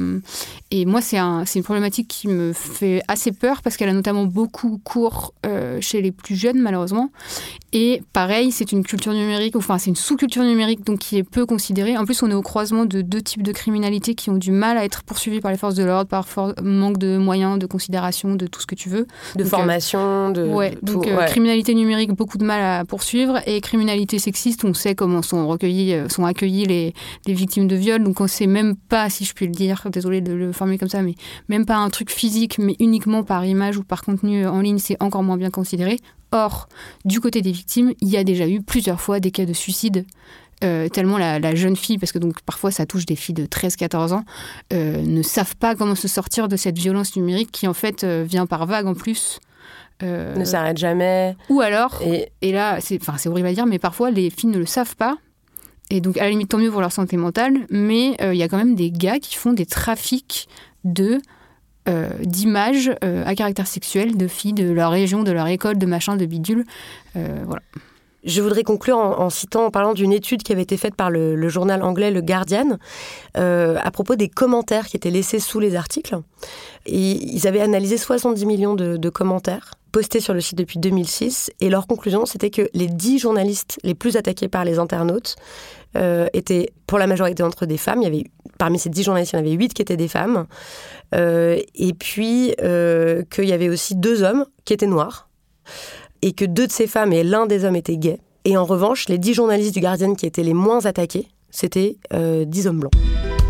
Et moi, c'est une problématique qui me fait assez peur parce qu'elle a notamment beaucoup cours chez les plus jeunes, malheureusement. Et pareil, c'est une culture numérique, enfin, c'est une sous-culture numérique, donc qui est peu considérée. En plus, on est au croisement de 2 types de criminalité qui ont du mal à être poursuivis par les forces de l'ordre, par manque de moyens, de considération, de tout ce que tu veux. De formation, criminalité numérique, beaucoup de mal à poursuivre. Et criminalité sexiste, on sait comment sont accueillis les victimes de viol. Donc, on sait même pas, si je puis le dire, désolée de le formuler comme ça, mais même pas un truc physique, mais uniquement par image ou par contenu en ligne, c'est encore moins bien considéré. Or, du côté des victimes, il y a déjà eu plusieurs fois des cas de suicide, tellement la jeune fille, parce que donc parfois ça touche des filles de 13-14 ans, ne savent pas comment se sortir de cette violence numérique qui en fait vient par vague en plus. Ne s'arrête jamais. Ou alors, et là, c'est horrible à dire, mais parfois, les filles ne le savent pas. Et donc, à la limite, tant mieux pour leur santé mentale. Mais il y a quand même des gars qui font des trafics d'images à caractère sexuel de filles de leur région, de leur école, de machin, de bidule. Voilà. Je voudrais conclure en parlant d'une étude qui avait été faite par le journal anglais Le Guardian à propos des commentaires qui étaient laissés sous les articles. Et ils avaient analysé 70 millions de commentaires postés sur le site depuis 2006. Et leur conclusion, c'était que les 10 journalistes les plus attaqués par les internautes étaient pour la majorité d'entre eux des femmes. Parmi ces 10 journalistes, il y en avait 8 qui étaient des femmes. Et puis qu'il y avait aussi 2 hommes qui étaient noirs. Et que 2 de ces femmes et l'un des hommes étaient gays. Et en revanche, les 10 journalistes du Guardian qui étaient les moins attaqués, c'était 10 hommes blancs.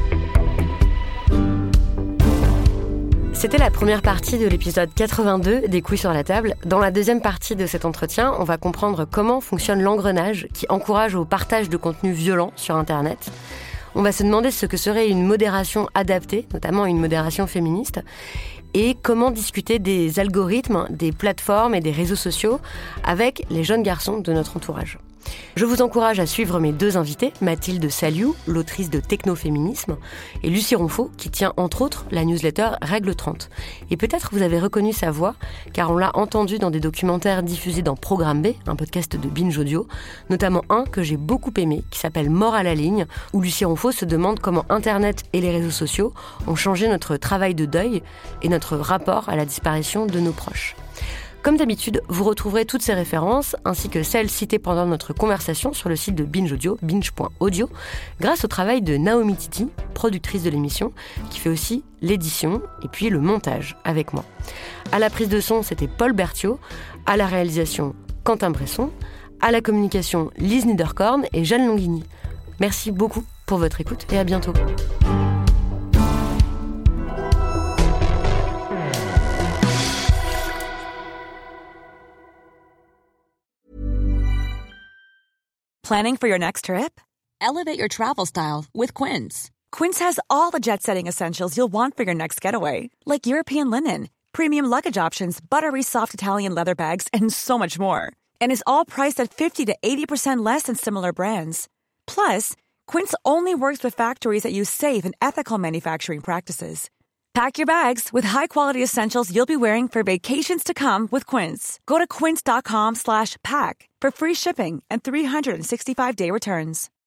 C'était la première partie de l'épisode 82 des Couilles sur la table. Dans la deuxième partie de cet entretien, on va comprendre comment fonctionne l'engrenage qui encourage au partage de contenus violents sur Internet. On va se demander ce que serait une modération adaptée, notamment une modération féministe, et comment discuter des algorithmes, des plateformes et des réseaux sociaux avec les jeunes garçons de notre entourage. Je vous encourage à suivre mes 2 invités, Mathilde Saliou, l'autrice de Technoféminisme, et Lucie Ronfaux, qui tient entre autres la newsletter Règle 30. Et peut-être vous avez reconnu sa voix, car on l'a entendue dans des documentaires diffusés dans Programme B, un podcast de Binge Audio, notamment un que j'ai beaucoup aimé, qui s'appelle Mort à la ligne, où Lucie Ronfaux se demande comment Internet et les réseaux sociaux ont changé notre travail de deuil et notre rapport à la disparition de nos proches. Comme d'habitude, vous retrouverez toutes ces références, ainsi que celles citées pendant notre conversation sur le site de Binge Audio, binge.audio, grâce au travail de Naomi Titi, productrice de l'émission, qui fait aussi l'édition et puis le montage avec moi. À la prise de son, c'était Paul Berthiaud, à la réalisation, Quentin Bresson, à la communication, Lise Niederkorn et Jeanne Longhigny. Merci beaucoup pour votre écoute et à bientôt. Planning for your next trip? Elevate your travel style with Quince. Quince has all the jet-setting essentials you'll want for your next getaway, like European linen, premium luggage options, buttery soft Italian leather bags, and so much more. And is all priced at 50 to 80% less than similar brands. Plus, Quince only works with factories that use safe and ethical manufacturing practices. Pack your bags with high-quality essentials you'll be wearing for vacations to come with Quince. Go to quince.com/pack for free shipping and 365-day returns.